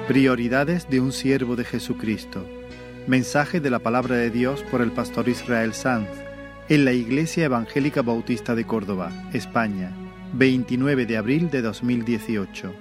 Prioridades de un siervo de Jesucristo. Mensaje de la Palabra de Dios por el pastor Israel Sanz en la Iglesia Evangélica Bautista de Córdoba, España, 29 de abril de 2018.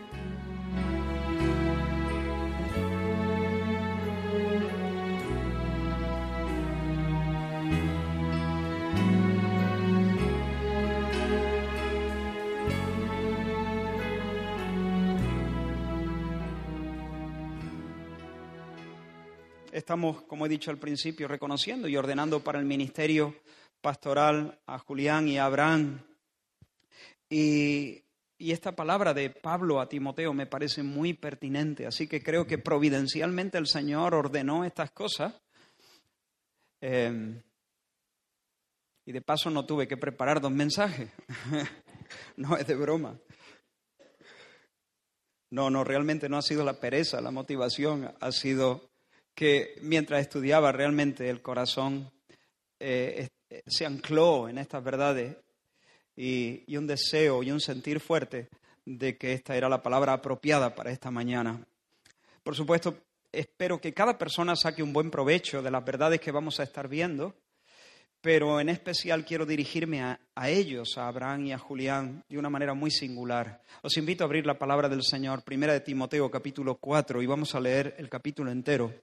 Estamos, como he dicho al principio, reconociendo y ordenando para el ministerio pastoral a Julián y a Abraham. Y esta palabra de Pablo a Timoteo me parece muy pertinente, así que creo que providencialmente el Señor ordenó estas cosas. Y de paso no tuve que preparar 2 mensajes. No es de broma. No, realmente no ha sido la pereza, la motivación, ha sido que mientras estudiaba realmente el corazón se ancló en estas verdades y un deseo y un sentir fuerte de que esta era la palabra apropiada para esta mañana. Por supuesto, espero que cada persona saque un buen provecho de las verdades que vamos a estar viendo, pero en especial quiero dirigirme a ellos, a Abraham y a Julián, de una manera muy singular. Os invito a abrir la palabra del Señor, 1 de Timoteo, capítulo 4, y vamos a leer el capítulo entero.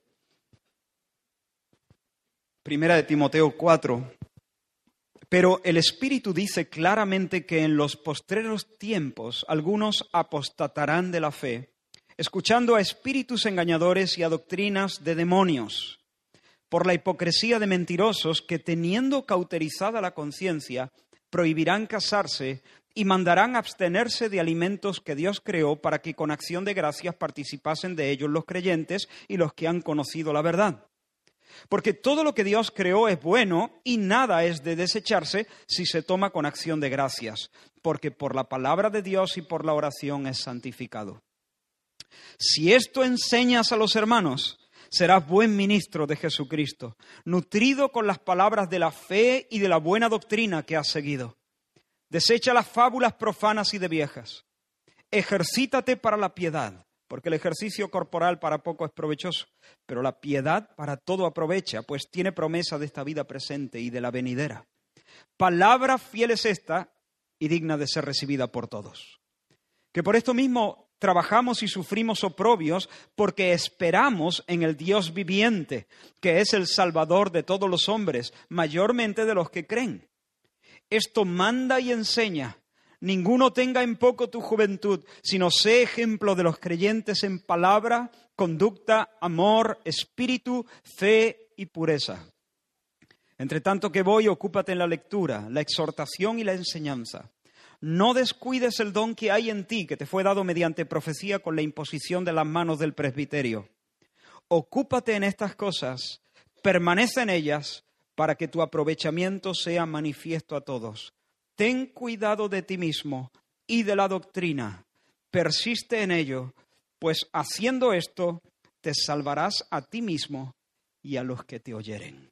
1 de Timoteo 4. Pero el Espíritu dice claramente que en los postreros tiempos algunos apostatarán de la fe, escuchando a espíritus engañadores y a doctrinas de demonios, por la hipocresía de mentirosos que, teniendo cauterizada la conciencia, prohibirán casarse y mandarán abstenerse de alimentos que Dios creó para que con acción de gracias participasen de ellos los creyentes y los que han conocido la verdad. Porque todo lo que Dios creó es bueno y nada es de desecharse si se toma con acción de gracias, porque por la palabra de Dios y por la oración es santificado. Si esto enseñas a los hermanos, serás buen ministro de Jesucristo, nutrido con las palabras de la fe y de la buena doctrina que has seguido. Desecha las fábulas profanas y de viejas. Ejercítate para la piedad, porque el ejercicio corporal para poco es provechoso, pero la piedad para todo aprovecha, pues tiene promesa de esta vida presente y de la venidera. Palabra fiel es esta y digna de ser recibida por todos. Que por esto mismo trabajamos y sufrimos oprobios, porque esperamos en el Dios viviente, que es el Salvador de todos los hombres, mayormente de los que creen. Esto manda y enseña. Ninguno tenga en poco tu juventud, sino sé ejemplo de los creyentes en palabra, conducta, amor, espíritu, fe y pureza. Entre tanto que voy, ocúpate en la lectura, la exhortación y la enseñanza. No descuides el don que hay en ti, que te fue dado mediante profecía con la imposición de las manos del presbiterio. Ocúpate en estas cosas, permanece en ellas, para que tu aprovechamiento sea manifiesto a todos. Ten cuidado de ti mismo y de la doctrina. Persiste en ello, pues haciendo esto te salvarás a ti mismo y a los que te oyeren.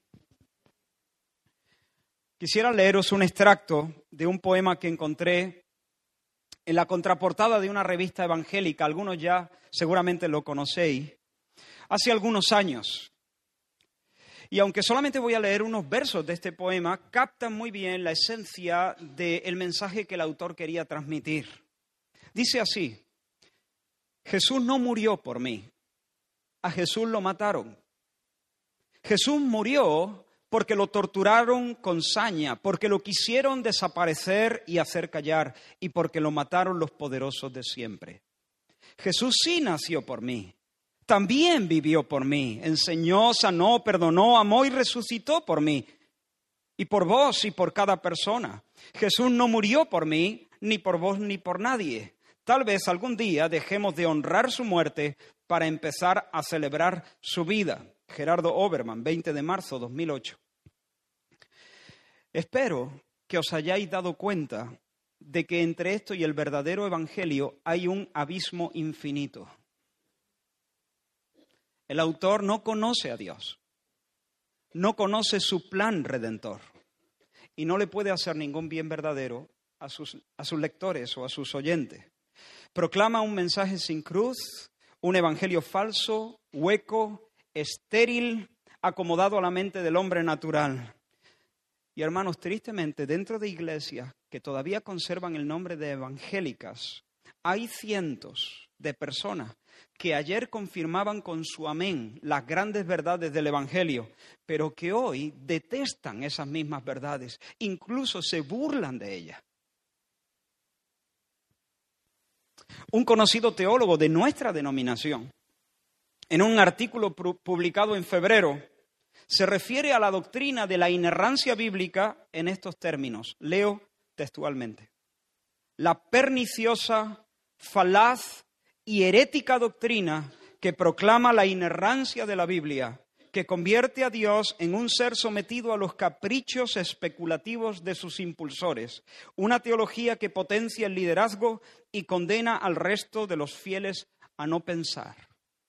Quisiera leeros un extracto de un poema que encontré en la contraportada de una revista evangélica. Algunos ya seguramente lo conocéis. Hace algunos años. Y aunque solamente voy a leer unos versos de este poema, captan muy bien la esencia del mensaje que el autor quería transmitir. Dice así: Jesús no murió por mí, a Jesús lo mataron. Jesús murió porque lo torturaron con saña, porque lo quisieron desaparecer y hacer callar, y porque lo mataron los poderosos de siempre. Jesús sí nació por mí. También vivió por mí, enseñó, sanó, perdonó, amó y resucitó por mí. Y por vos y por cada persona. Jesús no murió por mí, ni por vos ni por nadie. Tal vez algún día dejemos de honrar su muerte para empezar a celebrar su vida. Gerardo Oberman, 20 de marzo de 2008. Espero que os hayáis dado cuenta de que entre esto y el verdadero evangelio hay un abismo infinito. El autor no conoce a Dios, no conoce su plan redentor y no le puede hacer ningún bien verdadero a sus lectores o a sus oyentes. Proclama un mensaje sin cruz, Un evangelio falso, hueco, estéril, acomodado a la mente del hombre natural. Y hermanos, tristemente, dentro de iglesias que todavía conservan el nombre de evangélicas, hay cientos de personas que ayer confirmaban con su amén las grandes verdades del evangelio, pero que hoy detestan esas mismas verdades, incluso se burlan de ellas. Un conocido teólogo de nuestra denominación, en un artículo publicado en febrero, se refiere a la doctrina de la inerrancia bíblica en estos términos. Leo textualmente. La perniciosa, falaz y herética doctrina que proclama la inerrancia de la Biblia, que convierte a Dios en un ser sometido a los caprichos especulativos de sus impulsores, una teología que potencia el liderazgo y condena al resto de los fieles a no pensar.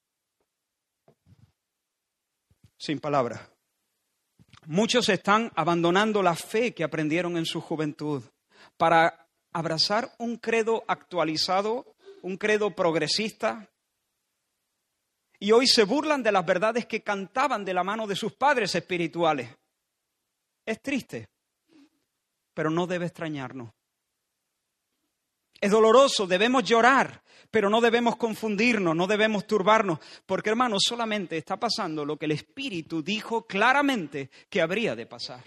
Sin palabras. Muchos están abandonando la fe que aprendieron en su juventud para abrazar un credo actualizado, un credo progresista, y hoy se burlan de las verdades que cantaban de la mano de sus padres espirituales. Es triste, pero no debe extrañarnos. Es doloroso, debemos llorar, pero no debemos confundirnos, no debemos turbarnos, porque, hermanos, solamente está pasando lo que el Espíritu dijo claramente que habría de pasar.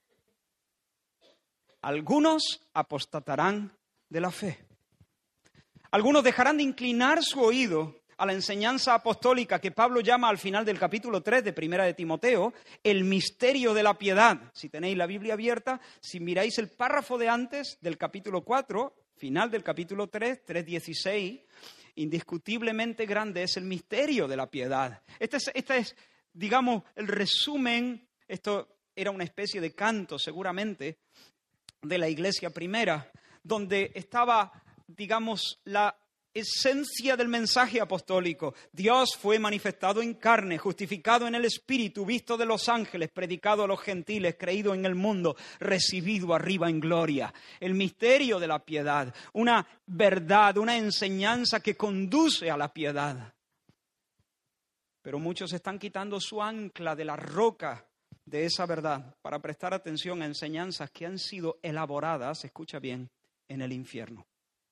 Algunos apostatarán de la fe. Algunos dejarán de inclinar su oído a la enseñanza apostólica que Pablo llama al final del capítulo 3 de Primera de Timoteo, el misterio de la piedad. Si tenéis la Biblia abierta, si miráis el párrafo de antes del capítulo 4, final del capítulo 3, 3:16, indiscutiblemente grande es el misterio de la piedad. Este es, digamos, el resumen. Esto era una especie de canto, seguramente, de la iglesia primera, donde estaba, digamos, la esencia del mensaje apostólico. Dios fue manifestado en carne, justificado en el Espíritu, visto de los ángeles, predicado a los gentiles, creído en el mundo, recibido arriba en gloria. El misterio de la piedad, una verdad, una enseñanza que conduce a la piedad. Pero muchos están quitando su ancla de la roca de esa verdad para prestar atención a enseñanzas que han sido elaboradas, escucha bien, en el infierno.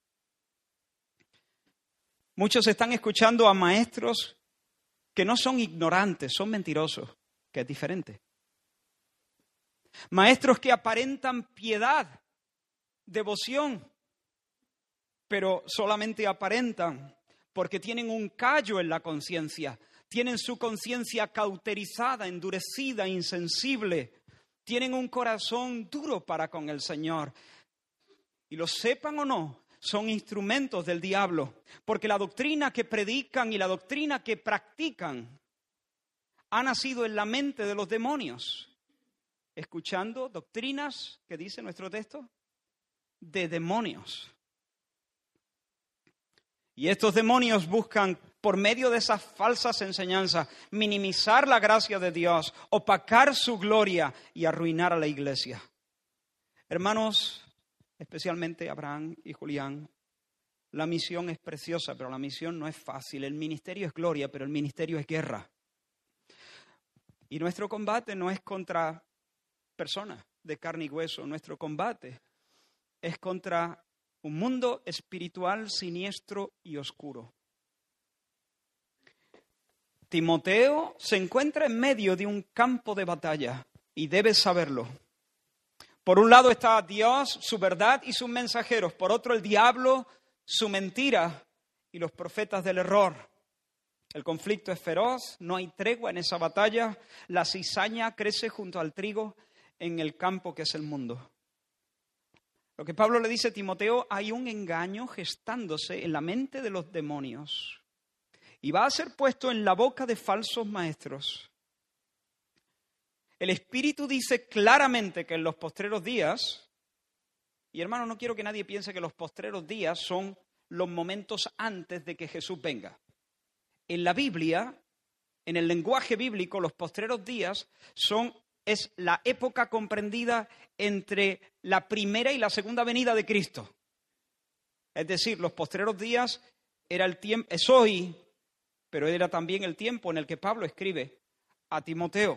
Muchos están escuchando a maestros que no son ignorantes, son mentirosos, que es diferente. Maestros que aparentan piedad, devoción, pero solamente aparentan porque tienen un callo en la conciencia, tienen su conciencia cauterizada, endurecida, insensible, tienen un corazón duro para con el Señor. Y lo sepan o no, son instrumentos del diablo, porque la doctrina que predican y la doctrina que practican ha nacido en la mente de los demonios, escuchando doctrinas, ¿qué dice nuestro texto? De demonios. Y estos demonios buscan, por medio de esas falsas enseñanzas, minimizar la gracia de Dios, opacar su gloria y arruinar a la iglesia. Hermanos, especialmente Abraham y Julián, la misión es preciosa, pero la misión no es fácil. El ministerio es gloria, pero el ministerio es guerra. Y nuestro combate no es contra personas de carne y hueso. Nuestro combate es contra un mundo espiritual siniestro y oscuro. Timoteo se encuentra en medio de un campo de batalla y debe saberlo. Por un lado está Dios, su verdad y sus mensajeros. Por otro, el diablo, su mentira y los profetas del error. El conflicto es feroz, no hay tregua en esa batalla. La cizaña crece junto al trigo en el campo que es el mundo. Lo que Pablo le dice a Timoteo, hay un engaño gestándose en la mente de los demonios y va a ser puesto en la boca de falsos maestros. El Espíritu dice claramente que en los postreros días, y hermano, no quiero que nadie piense que los postreros días son los momentos antes de que Jesús venga. En la Biblia, en el lenguaje bíblico, los postreros días es la época comprendida entre la primera y la segunda venida de Cristo. Es decir, los postreros días era el tiempo, es hoy, pero era también el tiempo en el que Pablo escribe a Timoteo.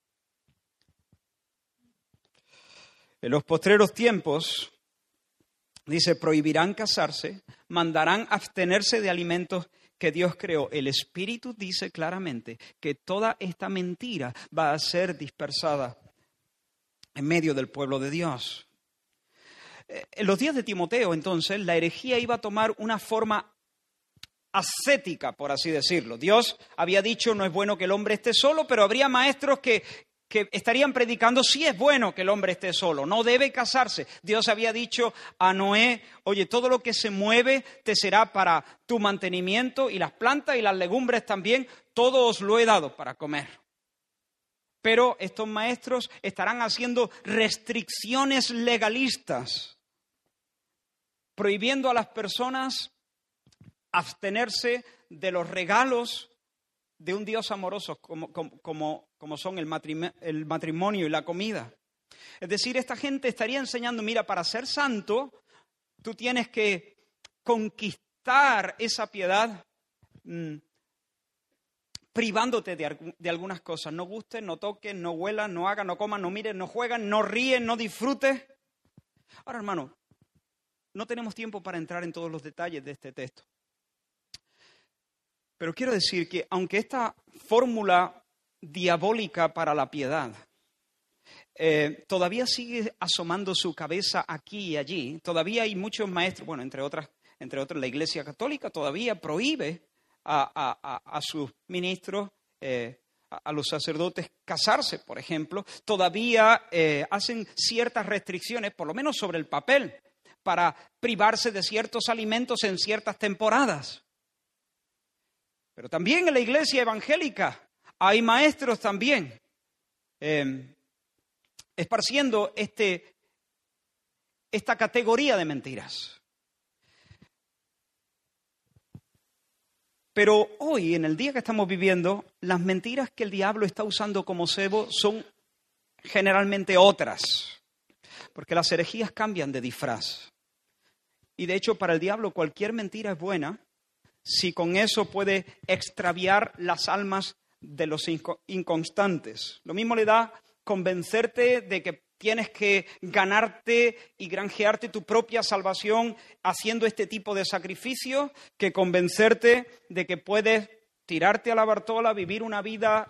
En los postreros tiempos, dice, prohibirán casarse, mandarán abstenerse de alimentos que Dios creó. El Espíritu dice claramente que toda esta mentira va a ser dispersada en medio del pueblo de Dios. En los días de Timoteo, entonces, la herejía iba a tomar una forma ascética, por así decirlo. Dios había dicho, no es bueno que el hombre esté solo, pero habría maestros que estarían predicando, sí es bueno que el hombre esté solo, no debe casarse. Dios había dicho a Noé, oye, todo lo que se mueve te será para tu mantenimiento, y las plantas y las legumbres también, todo os lo he dado para comer. Pero estos maestros estarán haciendo restricciones legalistas, prohibiendo a las personas abstenerse de los regalos de un Dios amoroso como son el matrimonio y la comida. Es decir, esta gente estaría enseñando, mira, para ser santo, tú tienes que conquistar esa piedad privándote de algunas cosas. No gustes, no toques, no huelas, no hagas, no comas, no mires, no juegas, no ríes, no disfrutes. Ahora, hermano, no tenemos tiempo para entrar en todos los detalles de este texto. Pero quiero decir que aunque esta fórmula diabólica para la piedad todavía sigue asomando su cabeza aquí y allí, todavía hay muchos maestros, bueno, entre otras la Iglesia Católica todavía prohíbe a sus ministros, a los sacerdotes casarse, por ejemplo, todavía hacen ciertas restricciones, por lo menos sobre el papel, para privarse de ciertos alimentos en ciertas temporadas. Pero también en la iglesia evangélica hay maestros también esparciendo esta categoría de mentiras. Pero hoy, en el día que estamos viviendo, las mentiras que el diablo está usando como cebo son generalmente otras, porque las herejías cambian de disfraz. Y de hecho, para el diablo cualquier mentira es buena si con eso puede extraviar las almas de los inconstantes. Lo mismo le da convencerte de que tienes que ganarte y granjearte tu propia salvación haciendo este tipo de sacrificio, que convencerte de que puedes tirarte a la Bartola, vivir una vida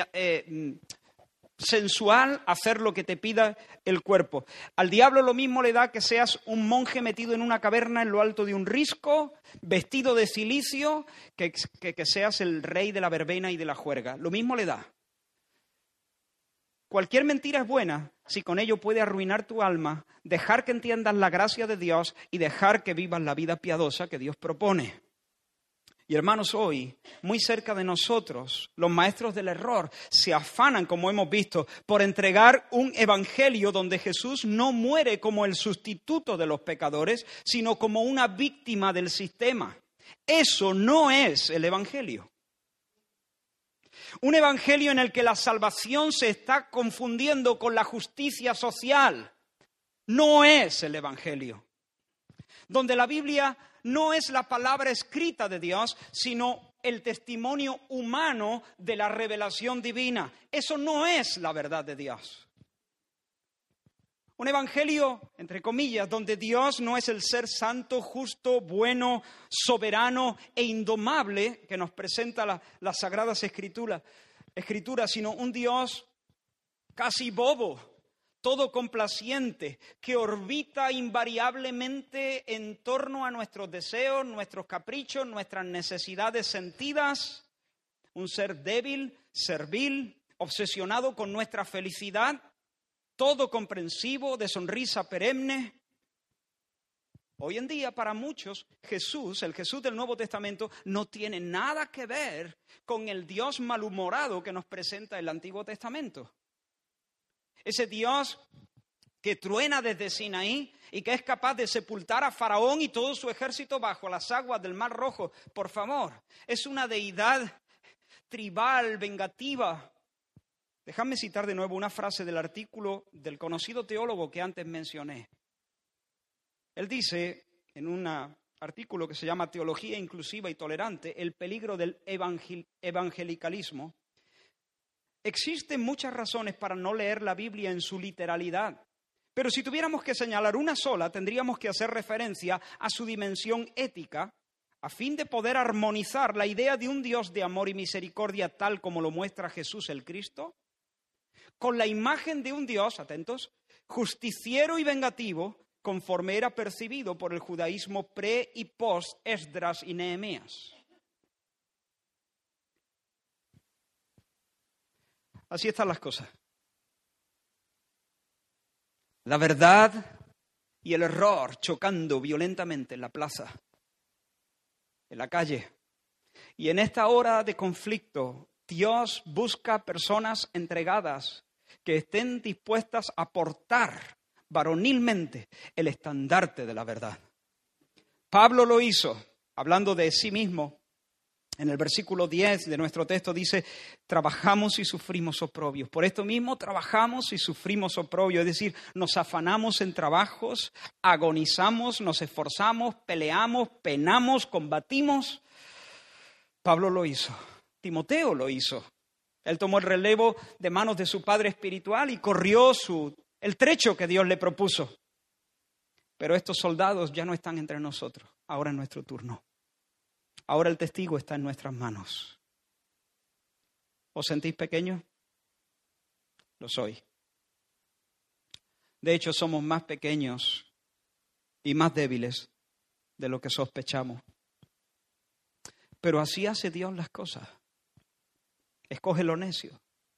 sensual, hacer lo que te pida el cuerpo. Al diablo lo mismo le da que seas un monje metido en una caverna en lo alto de un risco, vestido de cilicio, que seas el rey de la verbena y de la juerga. Lo mismo le da. Cualquier mentira es buena si con ello puede arruinar tu alma, dejar que entiendas la gracia de Dios y dejar que vivas la vida piadosa que Dios propone. Y hermanos, hoy, muy cerca de nosotros, los maestros del error se afanan, como hemos visto, por entregar un evangelio donde Jesús no muere como el sustituto de los pecadores, sino como una víctima del sistema. Eso no es el evangelio. Un evangelio en el que la salvación se está confundiendo con la justicia social. No es el evangelio. Donde la Biblia no es la palabra escrita de Dios, sino el testimonio humano de la revelación divina. Eso no es la verdad de Dios. Un evangelio, entre comillas, donde Dios no es el ser santo, justo, bueno, soberano e indomable que nos presenta las Sagradas Escrituras, sino un Dios casi bobo, todo complaciente, que orbita invariablemente en torno a nuestros deseos, nuestros caprichos, nuestras necesidades sentidas. Un ser débil, servil, obsesionado con nuestra felicidad, todo comprensivo, de sonrisa perenne. Hoy en día, para muchos, Jesús, el Jesús del Nuevo Testamento, no tiene nada que ver con el Dios malhumorado que nos presenta el Antiguo Testamento. Ese Dios que truena desde Sinaí y que es capaz de sepultar a Faraón y todo su ejército bajo las aguas del Mar Rojo. Por favor, es una deidad tribal, vengativa. Déjame citar de nuevo una frase del artículo del conocido teólogo que antes mencioné. Él dice en una artículo que se llama Teología Inclusiva y Tolerante, el peligro del evangelicalismo, existen muchas razones para no leer la Biblia en su literalidad. Pero si tuviéramos que señalar una sola, tendríamos que hacer referencia a su dimensión ética, a fin de poder armonizar la idea de un Dios de amor y misericordia tal como lo muestra Jesús el Cristo, con la imagen de un Dios, atentos, justiciero y vengativo, conforme era percibido por el judaísmo pre y post Esdras y Nehemías. Así están las cosas. La verdad y el error chocando violentamente en la plaza, en la calle. Y en esta hora de conflicto, Dios busca personas entregadas que estén dispuestas a portar varonilmente el estandarte de la verdad. Pablo lo hizo, hablando de sí mismo. En el versículo 10 de nuestro texto dice, trabajamos y sufrimos oprobios. Por esto mismo trabajamos y sufrimos oprobios, es decir, nos afanamos en trabajos, agonizamos, nos esforzamos, peleamos, penamos, combatimos. Pablo lo hizo, Timoteo lo hizo. Él tomó el relevo de manos de su padre espiritual y corrió el trecho que Dios le propuso. Pero estos soldados ya no están entre nosotros, ahora es nuestro turno. Ahora el testigo está en nuestras manos. ¿Os sentís pequeños? Lo soy. De hecho, somos más pequeños y más débiles de lo que sospechamos. Pero así hace Dios las cosas. Escoge lo necio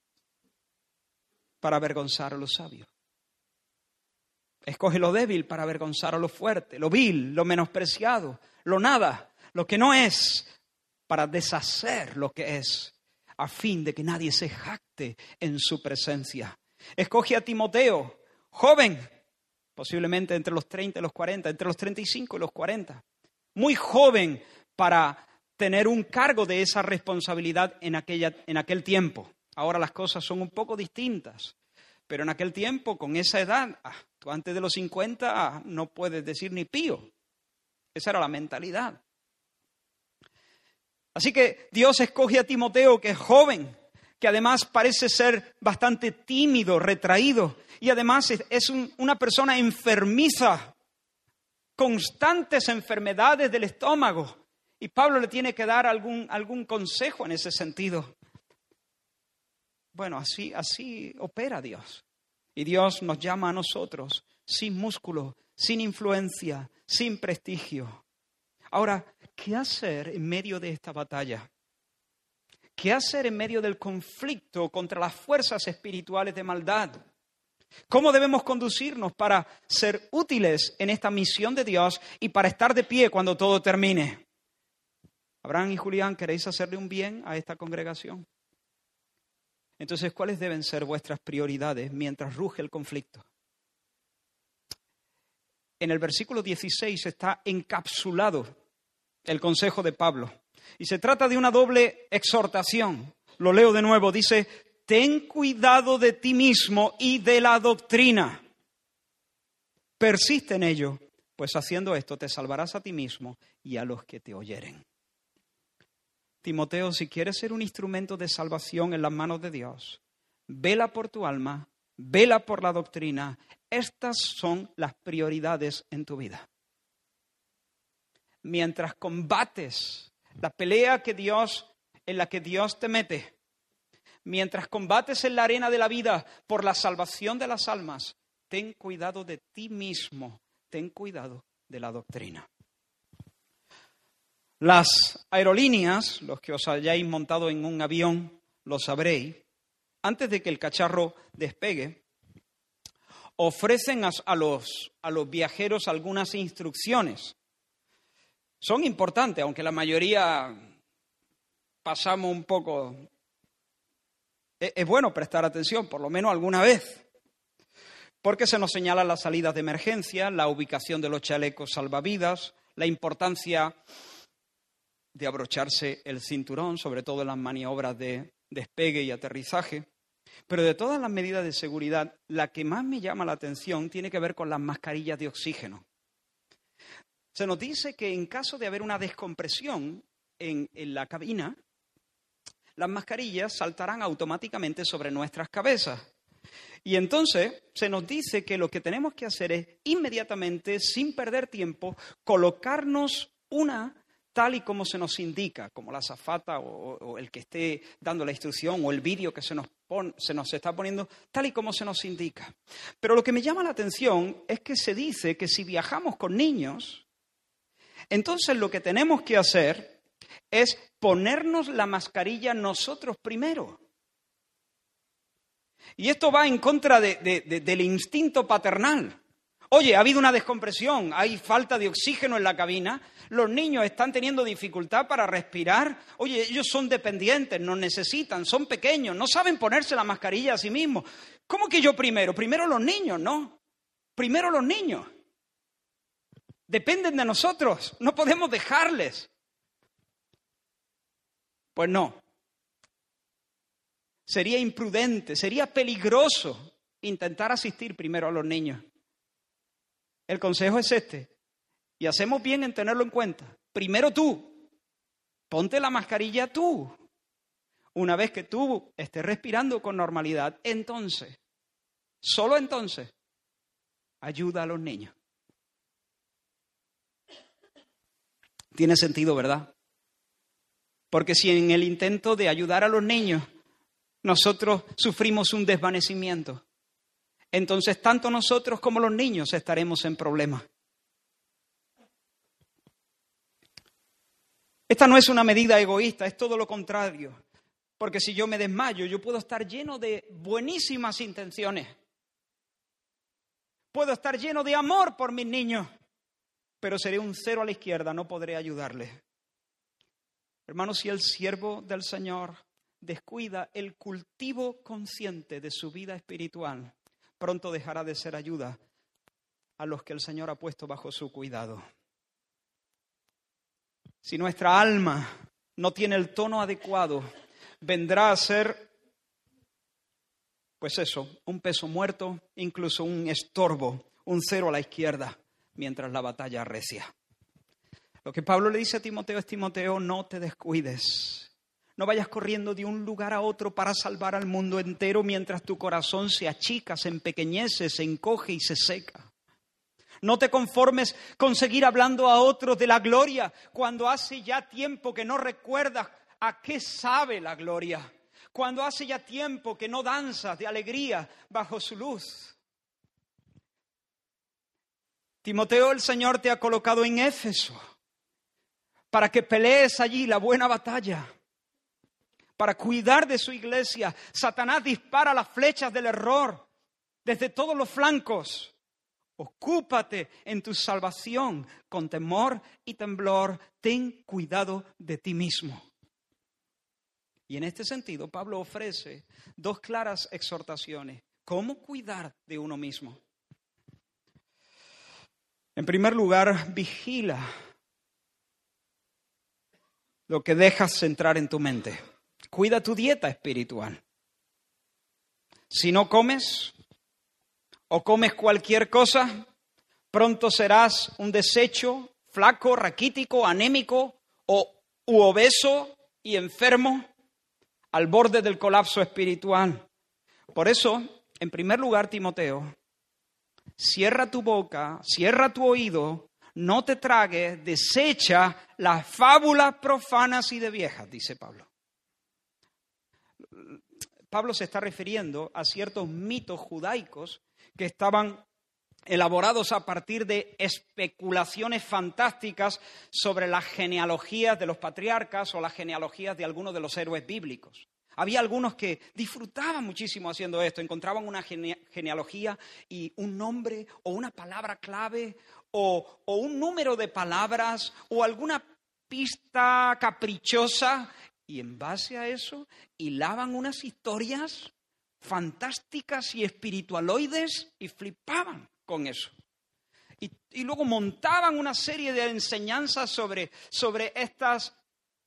para avergonzar a los sabios. Escoge lo débil para avergonzar a lo fuerte, lo vil, lo menospreciado, lo nada, lo que no es, para deshacer lo que es, a fin de que nadie se jacte en su presencia. Escoge a Timoteo, joven, posiblemente entre los 30 y los 40, entre los 35 y los 40, muy joven para tener un cargo de esa responsabilidad en aquel tiempo. Ahora las cosas son un poco distintas, pero en aquel tiempo, con esa edad, tú antes de los 50 no puedes decir ni pío. Esa era la mentalidad. Así que Dios escoge a Timoteo, que es joven, que además parece ser bastante tímido, retraído, y además es una persona enfermiza, constantes enfermedades del estómago. Y Pablo le tiene que dar algún consejo en ese sentido. Bueno, así opera Dios. Y Dios nos llama a nosotros sin músculo, sin influencia, sin prestigio. Ahora, ¿qué hacer en medio de esta batalla? ¿Qué hacer en medio del conflicto contra las fuerzas espirituales de maldad? ¿Cómo debemos conducirnos para ser útiles en esta misión de Dios y para estar de pie cuando todo termine? Abraham y Julián, ¿queréis hacerle un bien a esta congregación? Entonces, ¿cuáles deben ser vuestras prioridades mientras ruge el conflicto? En el versículo 16 está encapsulado el consejo de Pablo. Y se trata de una doble exhortación. Lo leo de nuevo. Dice, ten cuidado de ti mismo y de la doctrina. Persiste en ello, pues haciendo esto te salvarás a ti mismo y a los que te oyeren. Timoteo, si quieres ser un instrumento de salvación en las manos de Dios, vela por tu alma, vela por la doctrina. Estas son las prioridades en tu vida. Mientras combates la pelea en la que Dios te mete, mientras combates en la arena de la vida por la salvación de las almas, ten cuidado de ti mismo, ten cuidado de la doctrina. Las aerolíneas, los que os hayáis montado en un avión, lo sabréis, antes de que el cacharro despegue, ofrecen a los viajeros algunas instrucciones. Son importantes, aunque la mayoría pasamos un poco. Es bueno prestar atención, por lo menos alguna vez, porque se nos señalan las salidas de emergencia, la ubicación de los chalecos salvavidas, la importancia de abrocharse el cinturón, sobre todo en las maniobras de despegue y aterrizaje. Pero de todas las medidas de seguridad, la que más me llama la atención tiene que ver con las mascarillas de oxígeno. se nos dice que en caso de haber una descompresión en la cabina, las mascarillas saltarán automáticamente sobre nuestras cabezas. Y entonces se nos dice que lo que tenemos que hacer es inmediatamente, sin perder tiempo, colocarnos una tal y como se nos indica, como la azafata o el que esté dando la instrucción o el vídeo que se nos está poniendo, tal y como se nos indica. Pero lo que me llama la atención es que se dice que si viajamos con niños, entonces lo que tenemos que hacer es ponernos la mascarilla nosotros primero. Y esto va en contra del instinto paternal. Oye, ha habido una descompresión, hay falta de oxígeno en la cabina, los niños están teniendo dificultad para respirar. Oye, ellos son dependientes, nos necesitan, son pequeños, no saben ponerse la mascarilla a sí mismos. ¿Cómo que yo primero? Primero los niños, ¿no? Primero los niños. Dependen de nosotros, no podemos dejarles. Pues no. Sería imprudente, sería peligroso intentar asistir primero a los niños. El consejo es este, y hacemos bien en tenerlo en cuenta. Primero tú, ponte la mascarilla tú. Una vez que tú estés respirando con normalidad, entonces, solo entonces, ayuda a los niños. Tiene sentido, ¿verdad? Porque si en el intento de ayudar a los niños nosotros sufrimos un desvanecimiento, entonces tanto nosotros como los niños estaremos en problemas. Esta no es una medida egoísta, es todo lo contrario. Porque si yo me desmayo, yo puedo estar lleno de buenísimas intenciones. Puedo estar lleno de amor por mis niños, pero seré un cero a la izquierda, no podré ayudarles. Hermanos, si el siervo del Señor descuida el cultivo consciente de su vida espiritual, pronto dejará de ser ayuda a los que el Señor ha puesto bajo su cuidado. Si nuestra alma no tiene el tono adecuado, vendrá a ser, pues eso, un peso muerto, incluso un estorbo, un cero a la izquierda, mientras la batalla arrecia. Lo que Pablo le dice a Timoteo es: Timoteo, no te descuides. No vayas corriendo de un lugar a otro para salvar al mundo entero mientras tu corazón se achica, se empequeñece, se encoge y se seca. No te conformes con seguir hablando a otros de la gloria cuando hace ya tiempo que no recuerdas a qué sabe la gloria. Cuando hace ya tiempo que no danzas de alegría bajo su luz. Timoteo, el Señor te ha colocado en Éfeso para que pelees allí la buena batalla, para cuidar de su iglesia. Satanás dispara las flechas del error desde todos los flancos. Ocúpate en tu salvación con temor y temblor. Ten cuidado de ti mismo. Y en este sentido, Pablo ofrece dos claras exhortaciones. ¿Cómo cuidar de uno mismo? En primer lugar, vigila lo que dejas entrar en tu mente. Cuida tu dieta espiritual. Si no comes o comes cualquier cosa, pronto serás un desecho, flaco, raquítico, anémico u obeso y enfermo al borde del colapso espiritual. Por eso, en primer lugar, Timoteo, cierra tu boca, cierra tu oído, no te tragues, desecha las fábulas profanas y de viejas, dice Pablo. Pablo se está refiriendo a ciertos mitos judaicos que estaban elaborados a partir de especulaciones fantásticas sobre las genealogías de los patriarcas o las genealogías de algunos de los héroes bíblicos. Había algunos que disfrutaban muchísimo haciendo esto, encontraban una genealogía y un nombre o una palabra clave o un número de palabras o alguna pista caprichosa, y en base a eso hilaban unas historias fantásticas y espiritualoides y flipaban con eso. Y luego montaban una serie de enseñanzas sobre estas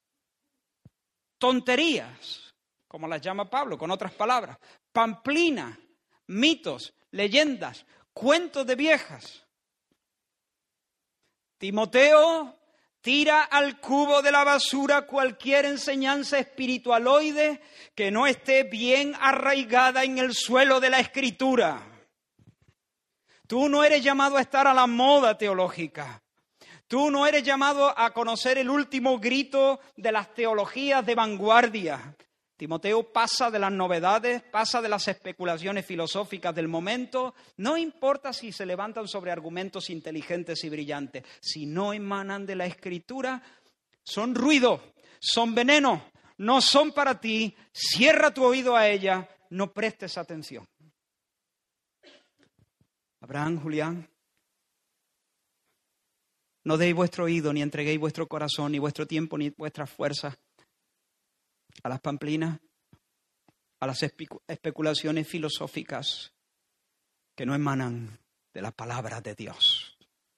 tonterías, como las llama Pablo, con otras palabras, pamplina, mitos, leyendas, cuentos de viejas. Timoteo, tira al cubo de la basura cualquier enseñanza espiritualoide que no esté bien arraigada en el suelo de la Escritura. Tú no eres llamado a estar a la moda teológica. Tú no eres llamado a conocer el último grito de las teologías de vanguardia. Timoteo pasa de las novedades, pasa de las especulaciones filosóficas del momento. No importa si se levantan sobre argumentos inteligentes y brillantes. Si no emanan de la Escritura, son ruido, son veneno, no son para ti. Cierra tu oído a ella, no prestes atención. Abraham, Julián, no deis vuestro oído, ni entreguéis vuestro corazón, ni vuestro tiempo, ni vuestras fuerzas a las pamplinas, a las especulaciones filosóficas que no emanan de la palabra de Dios.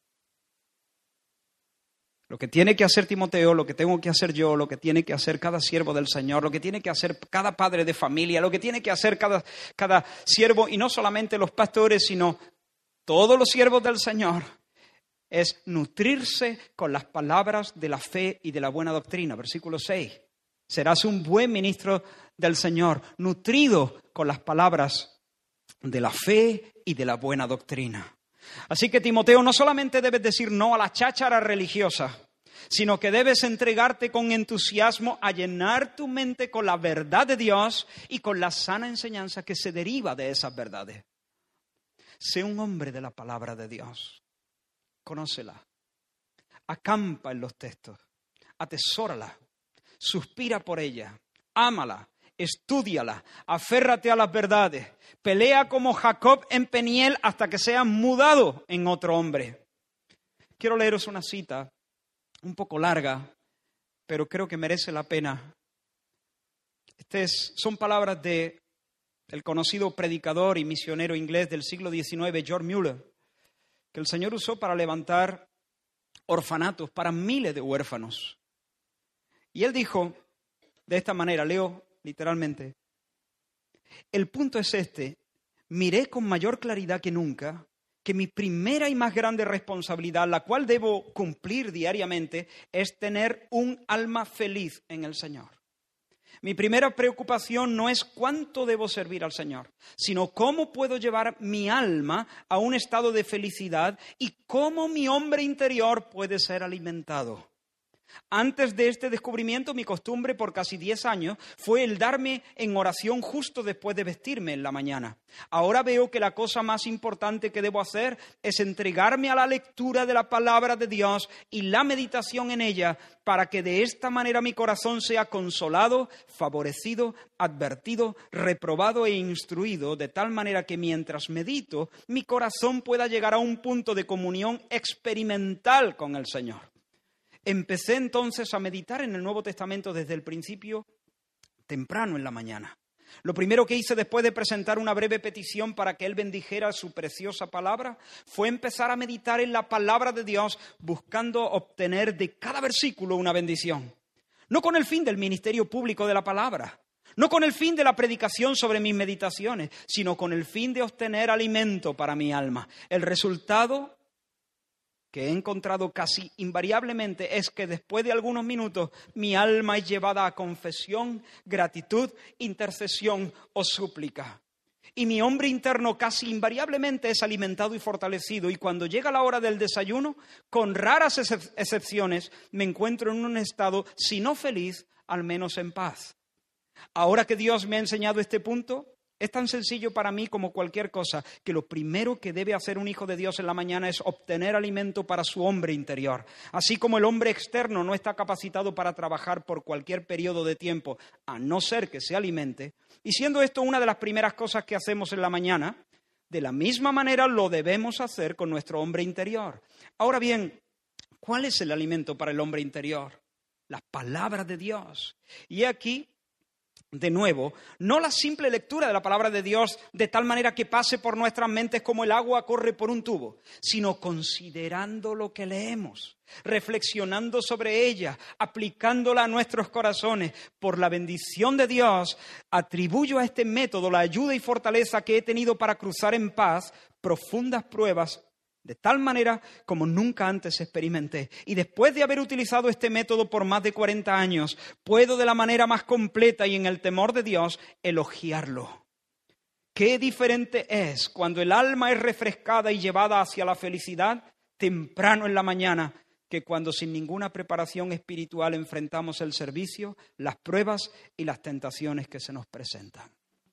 Lo que tiene que hacer Timoteo, lo que tengo que hacer yo, lo que tiene que hacer cada siervo del Señor, lo que tiene que hacer cada padre de familia, lo que tiene que hacer cada siervo, y no solamente los pastores, sino todos los siervos del Señor, es nutrirse con las palabras de la fe y de la buena doctrina. Versículo 6. Serás un buen ministro del Señor, nutrido con las palabras de la fe y de la buena doctrina. Así que, Timoteo, no solamente debes decir no a la cháchara religiosa, sino que debes entregarte con entusiasmo a llenar tu mente con la verdad de Dios y con la sana enseñanza que se deriva de esas verdades. Sé un hombre de la palabra de Dios. Conócela. Acampa en los textos. Atesórala. Suspira por ella, ámala, estúdiala, aférrate a las verdades, pelea como Jacob en Peniel hasta que seas mudado en otro hombre. Quiero leeros una cita un poco larga, pero creo que merece la pena. Son palabras del conocido predicador y misionero inglés del siglo XIX, George Mueller, que el Señor usó para levantar orfanatos para miles de huérfanos. Y él dijo de esta manera, leo literalmente: el punto es este: miré con mayor claridad que nunca que mi primera y más grande responsabilidad, la cual debo cumplir diariamente, es tener un alma feliz en el Señor. Mi primera preocupación no es cuánto debo servir al Señor, sino cómo puedo llevar mi alma a un estado de felicidad y cómo mi hombre interior puede ser alimentado. Antes de este descubrimiento, mi costumbre por casi 10 años fue el darme en oración justo después de vestirme en la mañana. Ahora veo que la cosa más importante que debo hacer es entregarme a la lectura de la palabra de Dios y la meditación en ella, para que de esta manera mi corazón sea consolado, favorecido, advertido, reprobado e instruido, de tal manera que mientras medito, mi corazón pueda llegar a un punto de comunión experimental con el Señor. Empecé entonces a meditar en el Nuevo Testamento desde el principio, temprano en la mañana. Lo primero que hice después de presentar una breve petición para que Él bendijera su preciosa palabra fue empezar a meditar en la palabra de Dios, buscando obtener de cada versículo una bendición. No con el fin del ministerio público de la palabra, no con el fin de la predicación sobre mis meditaciones, sino con el fin de obtener alimento para mi alma. El resultado que he encontrado casi invariablemente es que después de algunos minutos mi alma es llevada a confesión, gratitud, intercesión o súplica. Y mi hombre interno casi invariablemente es alimentado y fortalecido. Y cuando llega la hora del desayuno, con raras excepciones, me encuentro en un estado, si no feliz, al menos en paz. Ahora que Dios me ha enseñado este punto, es tan sencillo para mí como cualquier cosa, que lo primero que debe hacer un hijo de Dios en la mañana es obtener alimento para su hombre interior. Así como el hombre externo no está capacitado para trabajar por cualquier periodo de tiempo, a no ser que se alimente, y siendo esto una de las primeras cosas que hacemos en la mañana, de la misma manera lo debemos hacer con nuestro hombre interior. Ahora bien, ¿cuál es el alimento para el hombre interior? La palabra de Dios. Y aquí, de nuevo, no la simple lectura de la palabra de Dios de tal manera que pase por nuestras mentes como el agua corre por un tubo, sino considerando lo que leemos, reflexionando sobre ella, aplicándola a nuestros corazones. Por la bendición de Dios, atribuyo a este método la ayuda y fortaleza que he tenido para cruzar en paz profundas pruebas de tal manera como nunca antes experimenté. Y después de haber utilizado este método por más de 40 años, puedo de la manera más completa y en el temor de Dios elogiarlo. Qué diferente es cuando el alma es refrescada y llevada hacia la felicidad temprano en la mañana, que cuando sin ninguna preparación espiritual enfrentamos el servicio, las pruebas y las tentaciones que se nos presentan.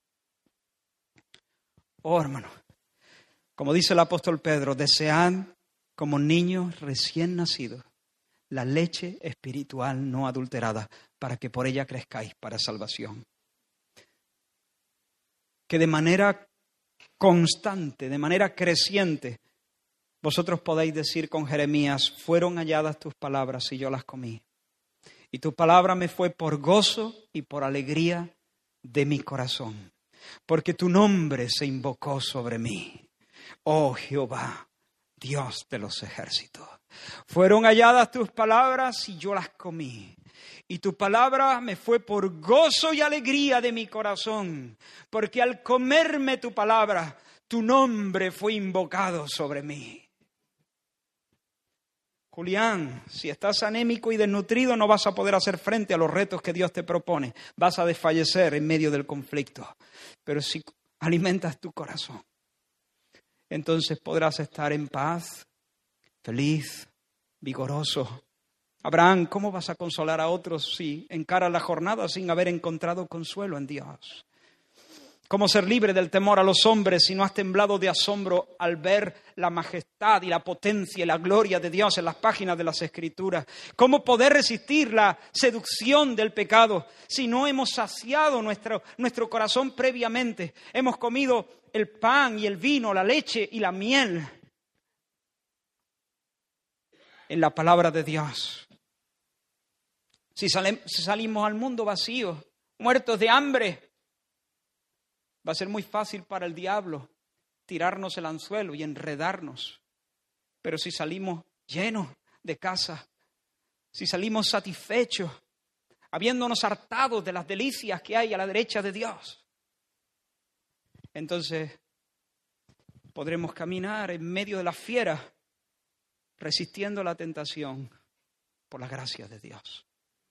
Oh, hermano, como dice el apóstol Pedro, desead como niños recién nacidos la leche espiritual no adulterada, para que por ella crezcáis para salvación. Que de manera constante, de manera creciente, vosotros podéis decir con Jeremías, fueron halladas tus palabras y yo las comí. Y tu palabra me fue por gozo y por alegría de mi corazón, porque tu nombre se invocó sobre mí. Oh Jehová, Dios de los ejércitos. Fueron halladas tus palabras y yo las comí. Y tu palabra me fue por gozo y alegría de mi corazón, porque al comerme tu palabra, tu nombre fue invocado sobre mí. Julián, si estás anémico y desnutrido, no vas a poder hacer frente a los retos que Dios te propone. Vas a desfallecer en medio del conflicto. Pero si alimentas tu corazón, entonces podrás estar en paz, feliz, vigoroso. Abraham, ¿cómo vas a consolar a otros si encaras la jornada sin haber encontrado consuelo en Dios? ¿Cómo ser libre del temor a los hombres si no has temblado de asombro al ver la majestad y la potencia y la gloria de Dios en las páginas de las Escrituras? ¿Cómo poder resistir la seducción del pecado si no hemos saciado nuestro corazón previamente? Hemos comido el pan y el vino, la leche y la miel en la palabra de Dios. Si salimos al mundo vacíos, muertos de hambre, va a ser muy fácil para el diablo tirarnos el anzuelo y enredarnos. Pero si salimos llenos de casa, si salimos satisfechos, habiéndonos hartado de las delicias que hay a la derecha de Dios, entonces podremos caminar en medio de las fieras, resistiendo la tentación por la gracia de Dios.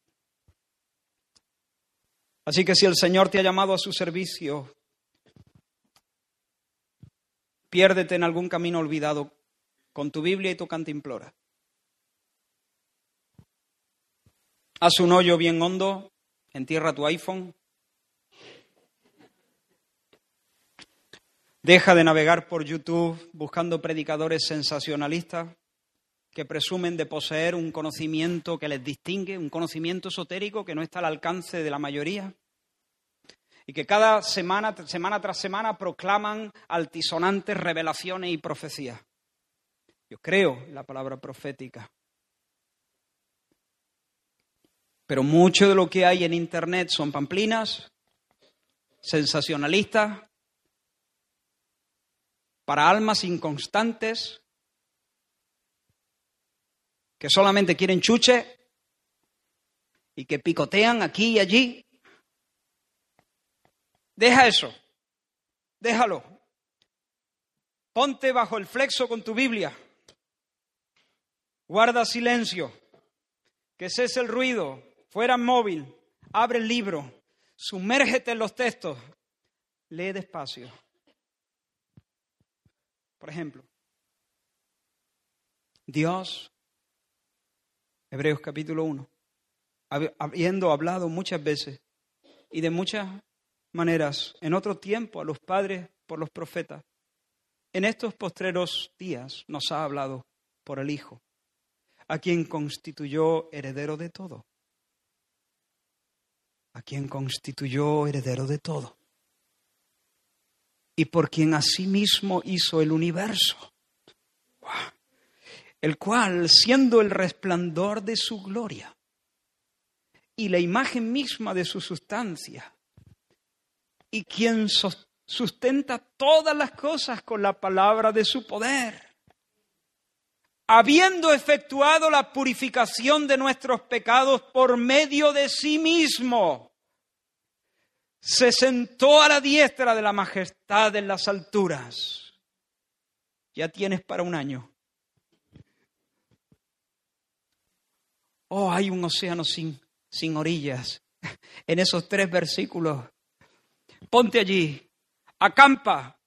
Así que si el Señor te ha llamado a su servicio, piérdete en algún camino olvidado con tu Biblia y tu cantimplora. Haz un hoyo bien hondo, entierra tu iPhone. Deja de navegar por YouTube buscando predicadores sensacionalistas que presumen de poseer un conocimiento que les distingue, un conocimiento esotérico que no está al alcance de la mayoría. Y que cada semana tras semana proclaman altisonantes revelaciones y profecías. Yo creo en la palabra profética. Pero mucho de lo que hay en Internet son pamplinas, sensacionalistas, para almas inconstantes, que solamente quieren chuche y que picotean aquí y allí. Deja eso, déjalo. Ponte bajo el flexo con tu Biblia. Guarda silencio, que cese el ruido, fuera móvil, abre el libro, sumérgete en los textos, lee despacio. Por ejemplo, Dios, Hebreos capítulo 1, habiendo hablado muchas veces y de muchas maneras en otro tiempo a los padres por los profetas, en estos postreros días nos ha hablado por el Hijo, a quien constituyó heredero de todo. A quien constituyó heredero de todo. Y por quien asimismo hizo el universo. El cual, siendo el resplandor de su gloria y la imagen misma de su sustancia, y quien sustenta todas las cosas con la palabra de su poder, habiendo efectuado la purificación de nuestros pecados por medio de sí mismo, se sentó a la diestra de la majestad en las alturas. Ya tienes para un año Oh, hay un océano sin orillas en esos 3 versículos. Ponte allí, acampa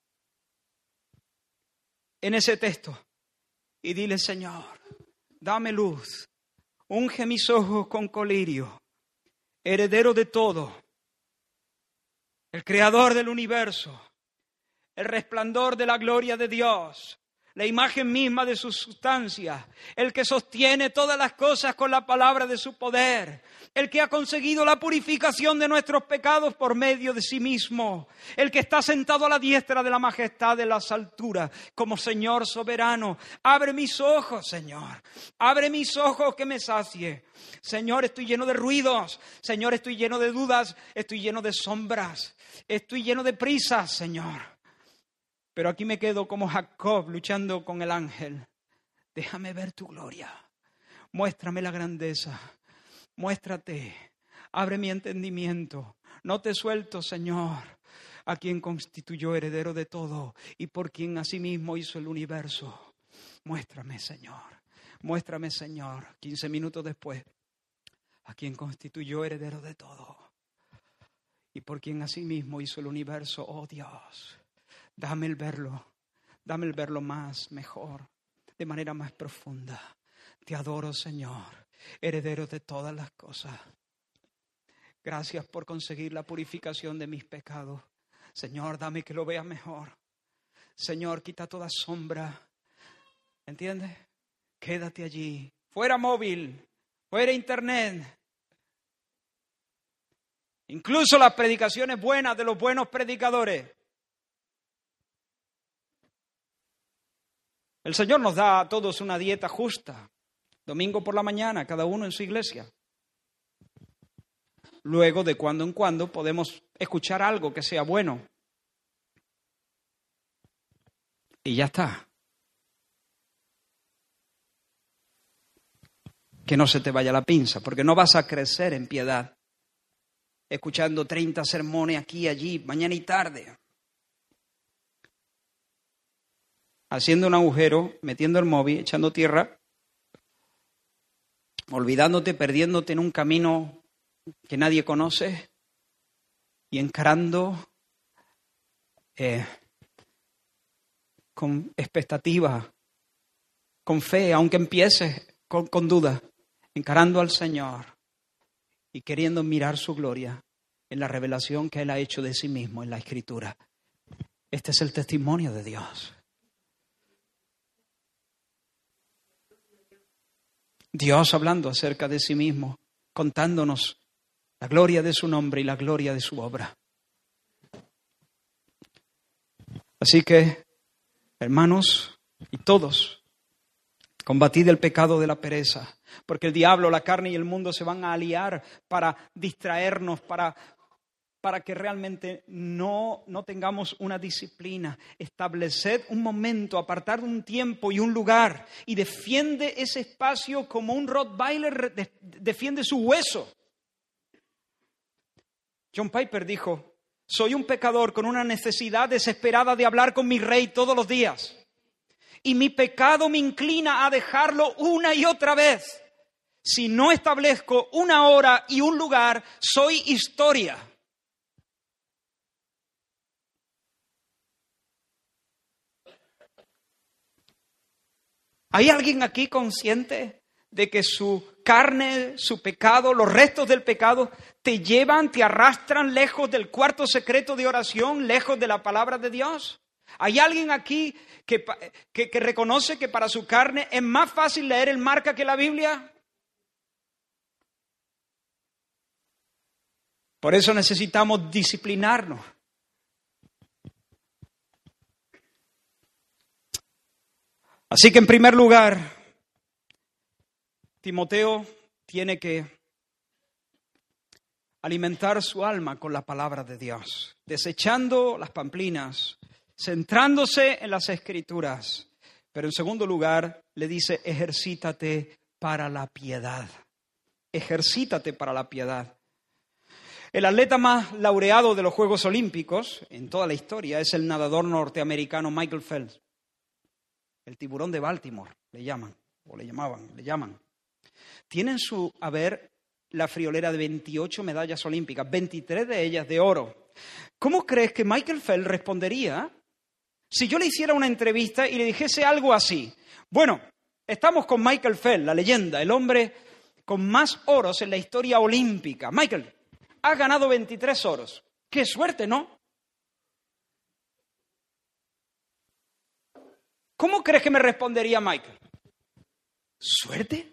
en ese texto y dile: Señor, dame luz, unge mis ojos con colirio, heredero de todo, el creador del universo, el resplandor de la gloria de Dios, la imagen misma de su sustancia, el que sostiene todas las cosas con la palabra de su poder, el que ha conseguido la purificación de nuestros pecados por medio de sí mismo, el que está sentado a la diestra de la majestad de las alturas como Señor soberano. Abre mis ojos, Señor, abre mis ojos que me sacie. Señor, estoy lleno de ruidos, Señor, estoy lleno de dudas, estoy lleno de sombras, estoy lleno de prisas, Señor. Pero aquí me quedo como Jacob luchando con el ángel. Déjame ver tu gloria. Muéstrame la grandeza. Muéstrate. Abre mi entendimiento. No te suelto, Señor, a quien constituyó heredero de todo y por quien asimismo hizo el universo. Muéstrame, Señor. Muéstrame, Señor. 15 minutos después, a quien constituyó heredero de todo y por quien asimismo hizo el universo. Oh Dios. Dame el verlo más, mejor, de manera más profunda. Te adoro, Señor, heredero de todas las cosas. Gracias por conseguir la purificación de mis pecados. Señor, dame que lo vea mejor. Señor, quita toda sombra. ¿Entiendes? Quédate allí. Fuera móvil, fuera internet. Incluso las predicaciones buenas de los buenos predicadores. El Señor nos da a todos una dieta justa. Domingo por la mañana, cada uno en su iglesia. Luego, de cuando en cuando, podemos escuchar algo que sea bueno. Y ya está. Que no se te vaya la pinza, porque no vas a crecer en piedad escuchando 30 sermones aquí y allí, mañana y tarde. Haciendo un agujero, metiendo el móvil, echando tierra, olvidándote, perdiéndote en un camino que nadie conoce y encarando con expectativa, con fe, aunque empieces con duda, encarando al Señor y queriendo mirar su gloria en la revelación que Él ha hecho de sí mismo en la Escritura. Este es el testimonio de Dios. Dios hablando acerca de sí mismo, contándonos la gloria de su nombre y la gloria de su obra. Así que, hermanos y todos, combatid el pecado de la pereza, porque el diablo, la carne y el mundo se van a aliar para distraernos, para que realmente no tengamos una disciplina. Estableced un momento, apartar un tiempo y un lugar y defiende ese espacio como un Rottweiler defiende su hueso. John Piper dijo: soy un pecador con una necesidad desesperada de hablar con mi rey todos los días. Y mi pecado me inclina a dejarlo una y otra vez. Si no establezco una hora y un lugar, soy historia. ¿Hay alguien aquí consciente de que su carne, su pecado, los restos del pecado te llevan, te arrastran lejos del cuarto secreto de oración, lejos de la palabra de Dios? ¿Hay alguien aquí que reconoce que para su carne es más fácil leer el marca que la Biblia? Por eso necesitamos disciplinarnos. Así que en primer lugar, Timoteo tiene que alimentar su alma con la palabra de Dios, desechando las pamplinas, centrándose en las Escrituras. Pero en segundo lugar, le dice: ejercítate para la piedad. Ejercítate para la piedad. El atleta más laureado de los Juegos Olímpicos en toda la historia es el nadador norteamericano Michael Phelps. El tiburón de Baltimore, le llaman. Tiene en su haber la friolera de 28 medallas olímpicas, 23 de ellas de oro. ¿Cómo crees que Michael Phelps respondería si yo le hiciera una entrevista y le dijese algo así? Bueno, estamos con Michael Phelps, la leyenda, el hombre con más oros en la historia olímpica. Michael, has ganado 23 oros. ¡Qué suerte!, ¿no? ¿Cómo crees que me respondería Michael? ¿Suerte?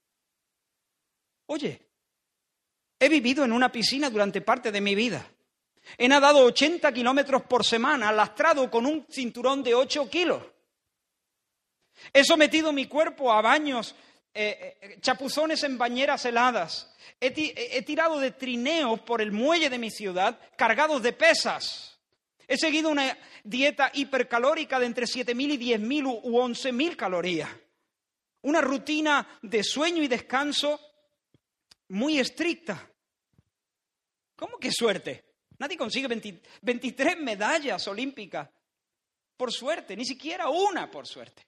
Oye, he vivido en una piscina durante parte de mi vida. He nadado 80 kilómetros por semana, lastrado con un cinturón de 8 kilos. He sometido mi cuerpo a baños, chapuzones en bañeras heladas. He tirado de trineos por el muelle de mi ciudad cargados de pesas. He seguido una dieta hipercalórica de entre 7.000 y 10.000 u 11.000 calorías. Una rutina de sueño y descanso muy estricta. ¿Cómo que suerte? Nadie consigue 23 medallas olímpicas por suerte, ni siquiera una por suerte.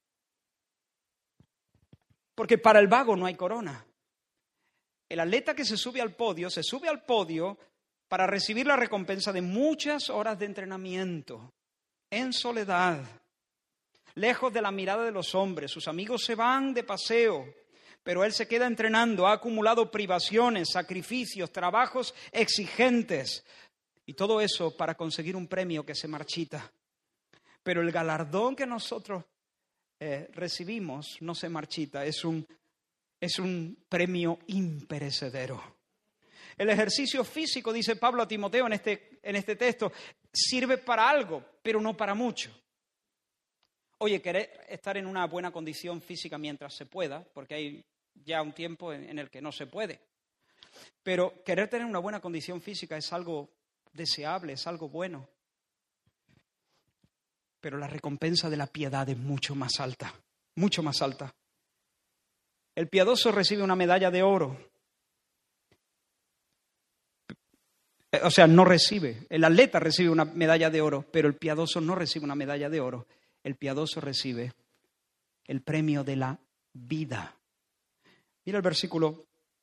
Porque para el vago no hay corona. El atleta que se sube al podio para recibir la recompensa de muchas horas de entrenamiento, en soledad, lejos de la mirada de los hombres. Sus amigos se van de paseo, pero él se queda entrenando, ha acumulado privaciones, sacrificios, trabajos exigentes, y todo eso para conseguir un premio que se marchita. Pero el galardón que nosotros recibimos no se marchita, es un premio imperecedero. El ejercicio físico, dice Pablo a Timoteo en este texto, sirve para algo, pero no para mucho. Oye, querer estar en una buena condición física mientras se pueda, porque hay ya un tiempo en el que no se puede. Pero querer tener una buena condición física es algo deseable, es algo bueno. Pero la recompensa de la piedad es mucho más alta, mucho más alta. El piadoso recibe una medalla de oro. O sea, no recibe. El atleta recibe una medalla de oro, pero el piadoso no recibe una medalla de oro. El piadoso recibe el premio de la vida. Mira el versículo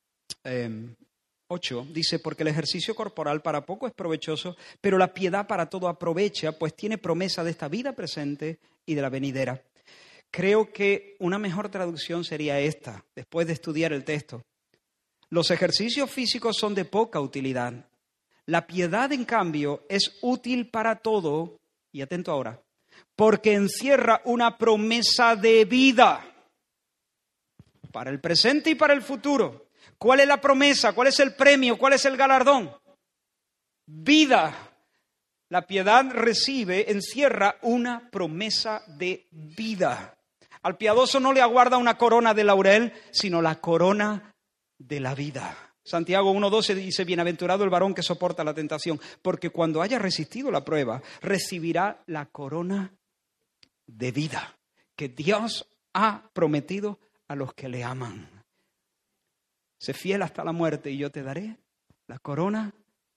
8, dice, porque el ejercicio corporal para poco es provechoso, pero la piedad para todo aprovecha, pues tiene promesa de esta vida presente y de la venidera. Creo que una mejor traducción sería esta, después de estudiar el texto. Los ejercicios físicos son de poca utilidad. La piedad, en cambio, es útil para todo, y atento ahora, porque encierra una promesa de vida para el presente y para el futuro. ¿Cuál es la promesa? ¿Cuál es el premio? ¿Cuál es el galardón? Vida. La piedad encierra una promesa de vida. Al piadoso no le aguarda una corona de laurel, sino la corona de la vida. Santiago 1:12 dice, bienaventurado el varón que soporta la tentación, porque cuando haya resistido la prueba, recibirá la corona de vida que Dios ha prometido a los que le aman. Sé fiel hasta la muerte y yo te daré la corona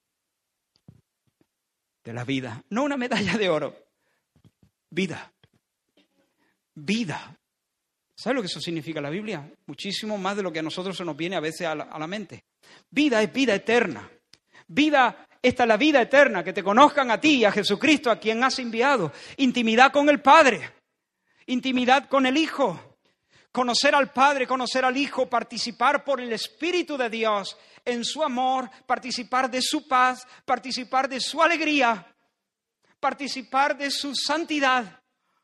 de la vida. No una medalla de oro, vida. Vida. ¿Sabes lo que eso significa en la Biblia? Muchísimo más de lo que a nosotros se nos viene a veces a la mente. Vida es vida eterna. Esta es la vida eterna, que te conozcan a ti y a Jesucristo, a quien has enviado. Intimidad con el Padre, intimidad con el Hijo. Conocer al Padre, conocer al Hijo, participar por el Espíritu de Dios en su amor, participar de su paz, participar de su alegría, participar de su santidad.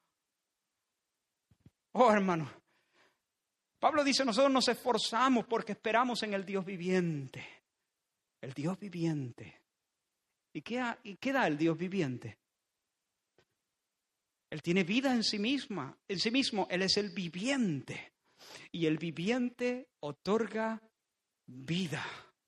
Oh, hermano, Pablo dice, nosotros nos esforzamos porque esperamos en el Dios viviente. El Dios viviente. ¿Y qué da el Dios viviente? Él tiene vida en sí mismo, Él es el viviente. Y el viviente otorga vida.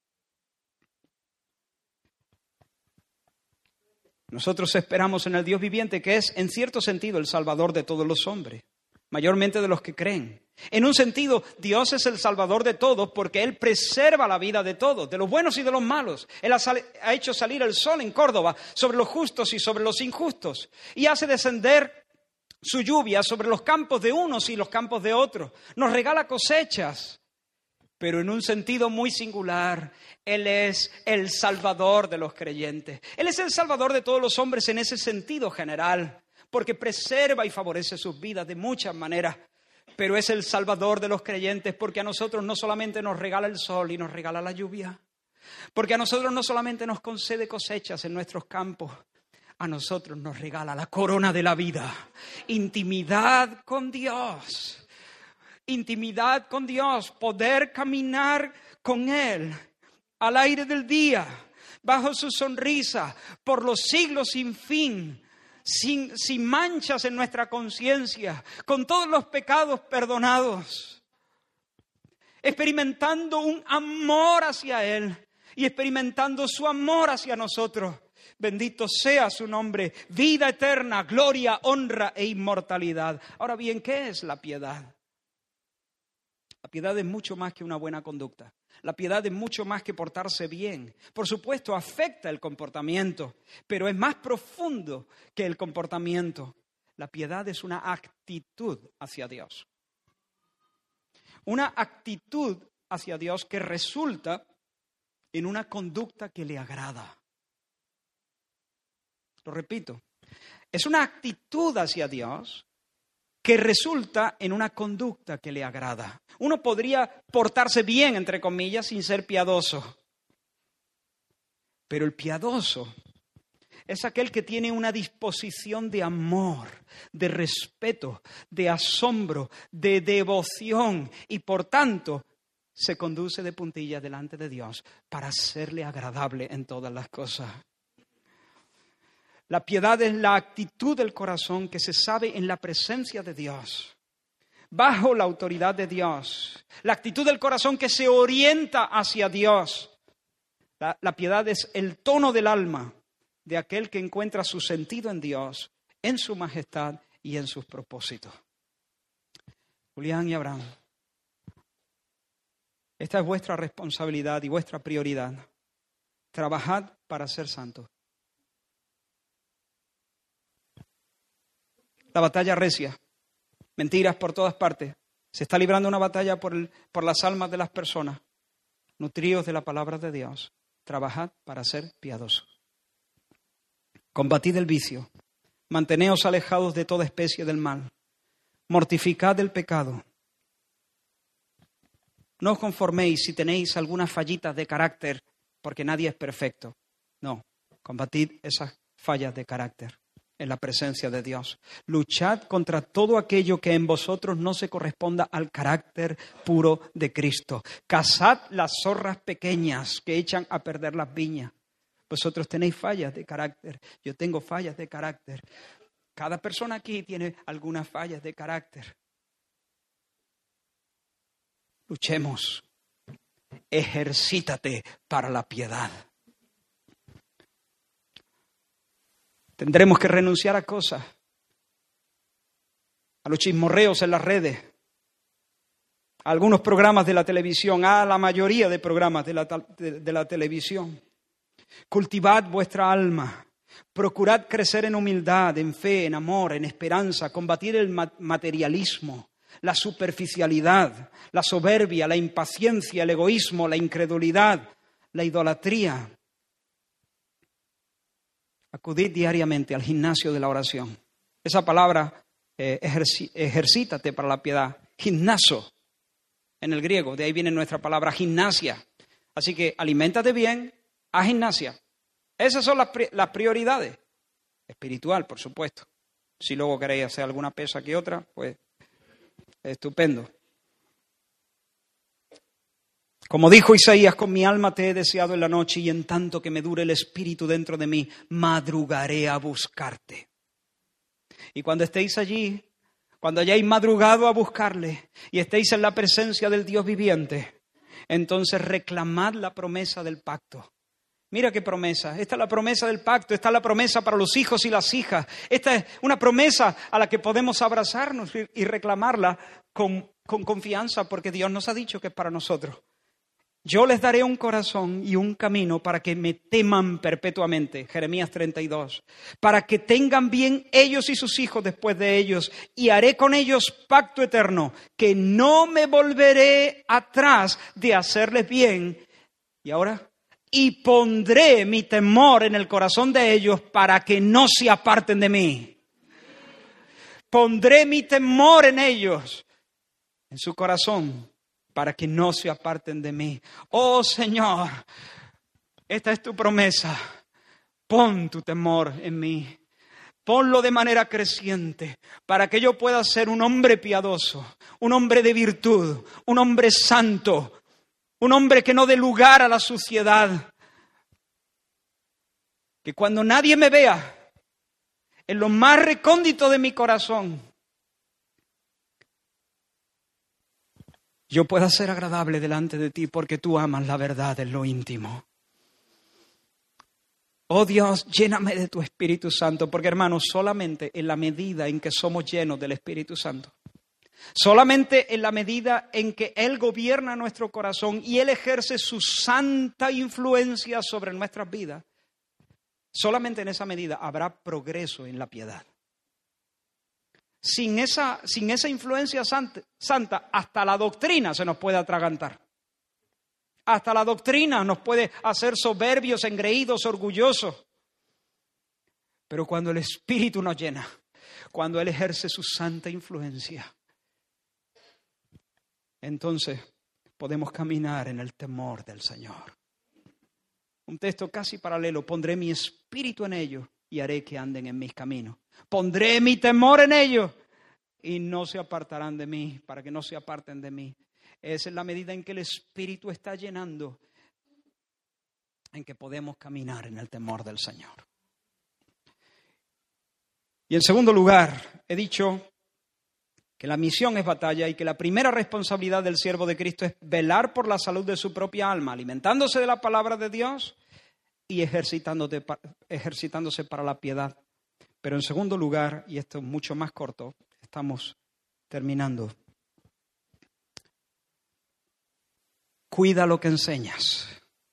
Nosotros esperamos en el Dios viviente, que es, en cierto sentido, el Salvador de todos los hombres, mayormente de los que creen. En un sentido, Dios es el Salvador de todos porque Él preserva la vida de todos, de los buenos y de los malos. Él ha hecho salir el sol en Córdoba sobre los justos y sobre los injustos. Y hace descender su lluvia sobre los campos de unos y los campos de otros. Nos regala cosechas pero en un sentido muy singular. Él es el Salvador de los creyentes. Él es el Salvador de todos los hombres en ese sentido general, porque preserva y favorece sus vidas de muchas maneras. Pero es el Salvador de los creyentes porque a nosotros no solamente nos regala el sol y nos regala la lluvia, porque a nosotros no solamente nos concede cosechas en nuestros campos, a nosotros nos regala la corona de la vida, intimidad con Dios. Intimidad con Dios, poder caminar con Él al aire del día, bajo su sonrisa, por los siglos sin fin, sin manchas en nuestra conciencia, con todos los pecados perdonados, experimentando un amor hacia Él y experimentando su amor hacia nosotros. Bendito sea su nombre, vida eterna, gloria, honra e inmortalidad. Ahora bien, ¿qué es la piedad? La piedad es mucho más que una buena conducta. La piedad es mucho más que portarse bien. Por supuesto, afecta el comportamiento, pero es más profundo que el comportamiento. La piedad es una actitud hacia Dios. Una actitud hacia Dios que resulta en una conducta que le agrada. Lo repito, es una actitud hacia Dios que resulta en una conducta que le agrada. Uno podría portarse bien, entre comillas, sin ser piadoso. Pero el piadoso es aquel que tiene una disposición de amor, de respeto, de asombro, de devoción y por tanto se conduce de puntillas delante de Dios para serle agradable en todas las cosas. La piedad es la actitud del corazón que se sabe en la presencia de Dios, bajo la autoridad de Dios. La actitud del corazón que se orienta hacia Dios. La piedad es el tono del alma de aquel que encuentra su sentido en Dios, en su majestad y en sus propósitos. Julián y Abraham, esta es vuestra responsabilidad y vuestra prioridad. Trabajad para ser santos. La batalla recia, mentiras por todas partes. Se está librando una batalla por las almas de las personas. Nutríos de la palabra de Dios. Trabajad para ser piadosos. Combatid el vicio. Manteneos alejados de toda especie del mal. Mortificad el pecado. No os conforméis si tenéis algunas fallitas de carácter, porque nadie es perfecto. No, combatid esas fallas de carácter en la presencia de Dios. Luchad contra todo aquello que en vosotros no se corresponda al carácter puro de Cristo. Cazad las zorras pequeñas que echan a perder las viñas. Vosotros tenéis fallas de carácter. Yo tengo fallas de carácter. Cada persona aquí tiene algunas fallas de carácter. Luchemos. Ejercítate para la piedad. Tendremos que renunciar a cosas, a los chismorreos en las redes, a algunos programas de la televisión, a la mayoría de programas de la televisión. Cultivad vuestra alma, procurad crecer en humildad, en fe, en amor, en esperanza, combatir el materialismo, la superficialidad, la soberbia, la impaciencia, el egoísmo, la incredulidad, la idolatría. Acudid diariamente al gimnasio de la oración. Esa palabra, ejercítate para la piedad. Gimnaso, en el griego, de ahí viene nuestra palabra gimnasia. Así que aliméntate bien, haz gimnasia. Esas son las prioridades. Espiritual, por supuesto. Si luego queréis hacer alguna pesa que otra, pues estupendo. Como dijo Isaías, con mi alma te he deseado en la noche y en tanto que me dure el espíritu dentro de mí, madrugaré a buscarte. Y cuando estéis allí, cuando hayáis madrugado a buscarle y estéis en la presencia del Dios viviente, entonces reclamad la promesa del pacto. Mira qué promesa. Esta es la promesa del pacto. Esta es la promesa para los hijos y las hijas. Esta es una promesa a la que podemos abrazarnos y reclamarla con confianza porque Dios nos ha dicho que es para nosotros. Yo les daré un corazón y un camino para que me teman perpetuamente, Jeremías 32, para que tengan bien ellos y sus hijos después de ellos, y haré con ellos pacto eterno, que no me volveré atrás de hacerles bien. Y ahora, y pondré mi temor en el corazón de ellos para que no se aparten de mí. Pondré mi temor en ellos, en su corazón, para que no se aparten de mí. Oh Señor, esta es tu promesa. Pon tu temor en mí. Ponlo de manera creciente para que yo pueda ser un hombre piadoso, un hombre de virtud, un hombre santo, un hombre que no dé lugar a la suciedad. Que cuando nadie me vea, en lo más recóndito de mi corazón, yo pueda ser agradable delante de ti porque tú amas la verdad en lo íntimo. Oh Dios, lléname de tu Espíritu Santo, porque hermanos, solamente en la medida en que somos llenos del Espíritu Santo, solamente en la medida en que Él gobierna nuestro corazón y Él ejerce su santa influencia sobre nuestras vidas, solamente en esa medida habrá progreso en la piedad. Sin esa influencia santa, hasta la doctrina se nos puede atragantar. Hasta la doctrina nos puede hacer soberbios, engreídos, orgullosos. Pero cuando el Espíritu nos llena, cuando Él ejerce su santa influencia, entonces podemos caminar en el temor del Señor. Un texto casi paralelo: pondré mi espíritu en ellos y haré que anden en mis caminos. Pondré mi temor en ellos y no se apartarán de mí, para que no se aparten de mí. Esa es la medida en que el Espíritu está llenando, en que podemos caminar en el temor del Señor. Y en segundo lugar, he dicho que la misión es batalla y que la primera responsabilidad del siervo de Cristo es velar por la salud de su propia alma, alimentándose de la palabra de Dios y ejercitándose para la piedad. Pero en segundo lugar, y esto es mucho más corto, estamos terminando. Cuida lo que enseñas.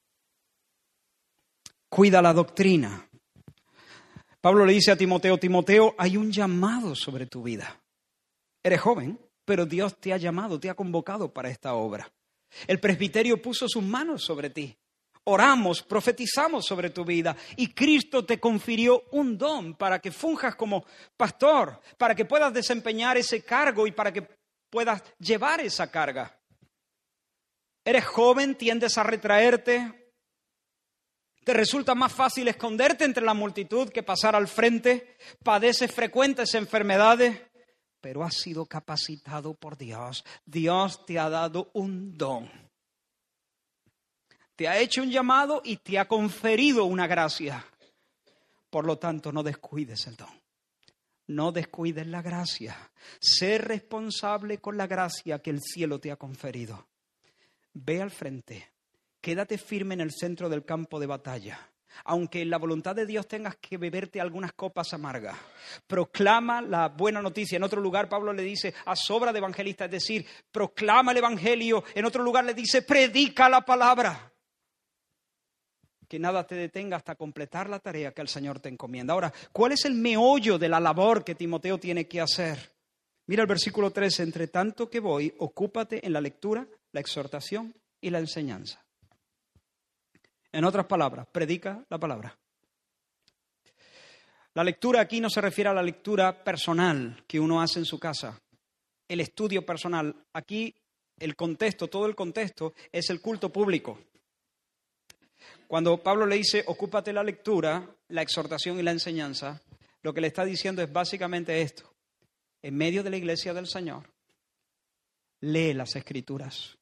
Cuida la doctrina. Pablo le dice a Timoteo: Timoteo, hay un llamado sobre tu vida. Eres joven, pero Dios te ha llamado, te ha convocado para esta obra. El presbiterio puso sus manos sobre ti. Oramos, profetizamos sobre tu vida y Cristo te confirió un don para que funjas como pastor, para que puedas desempeñar ese cargo y para que puedas llevar esa carga. Eres joven, tiendes a retraerte, te resulta más fácil esconderte entre la multitud que pasar al frente, padeces frecuentes enfermedades, pero has sido capacitado por Dios. Dios te ha dado un don. Te ha hecho un llamado y te ha conferido una gracia. Por lo tanto, no descuides el don. No descuides la gracia. Sé responsable con la gracia que el cielo te ha conferido. Ve al frente. Quédate firme en el centro del campo de batalla. Aunque en la voluntad de Dios tengas que beberte algunas copas amargas. Proclama la buena noticia. En otro lugar Pablo le dice a sobra de evangelistas, es decir, proclama el evangelio. En otro lugar le dice, predica la palabra. Que nada te detenga hasta completar la tarea que el Señor te encomienda. Ahora, ¿cuál es el meollo de la labor que Timoteo tiene que hacer? Mira el versículo 13. Entre tanto que voy, ocúpate en la lectura, la exhortación y la enseñanza. En otras palabras, predica la palabra. La lectura aquí no se refiere a la lectura personal que uno hace en su casa, el estudio personal. Aquí el contexto, todo el contexto es el culto público. Cuando Pablo le dice, ocúpate la lectura, la exhortación y la enseñanza, lo que le está diciendo es básicamente esto. En medio de la iglesia del Señor, lee las Escrituras.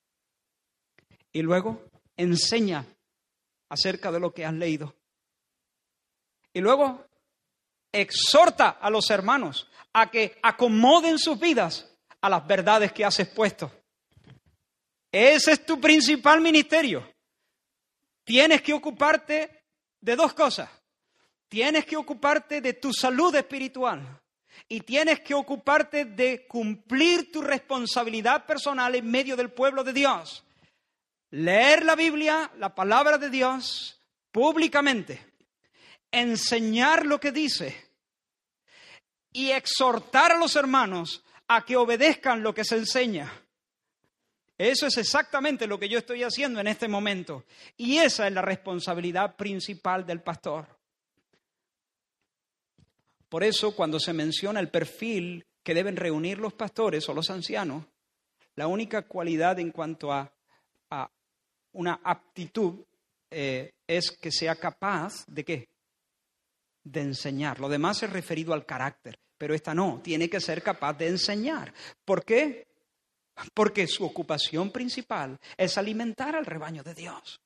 Y luego enseña acerca de lo que has leído. Y luego exhorta a los hermanos a que acomoden sus vidas a las verdades que has expuesto. Ese es tu principal ministerio. Tienes que ocuparte de dos cosas. Tienes que ocuparte de tu salud espiritual y tienes que ocuparte de cumplir tu responsabilidad personal en medio del pueblo de Dios. leer la Biblia, la palabra de Dios, públicamente, enseñar lo que dice y exhortar a los hermanos a que obedezcan lo que se enseña. Eso es exactamente lo que yo estoy haciendo en este momento. Y esa es la responsabilidad principal del pastor. Por eso, cuando se menciona el perfil que deben reunir los pastores o los ancianos, la única cualidad en cuanto a una aptitud es que sea capaz de ¿qué? De enseñar. Lo demás es referido al carácter, pero esta no, tiene que ser capaz de enseñar. ¿Por qué? Porque su ocupación principal es alimentar al rebaño de Dios,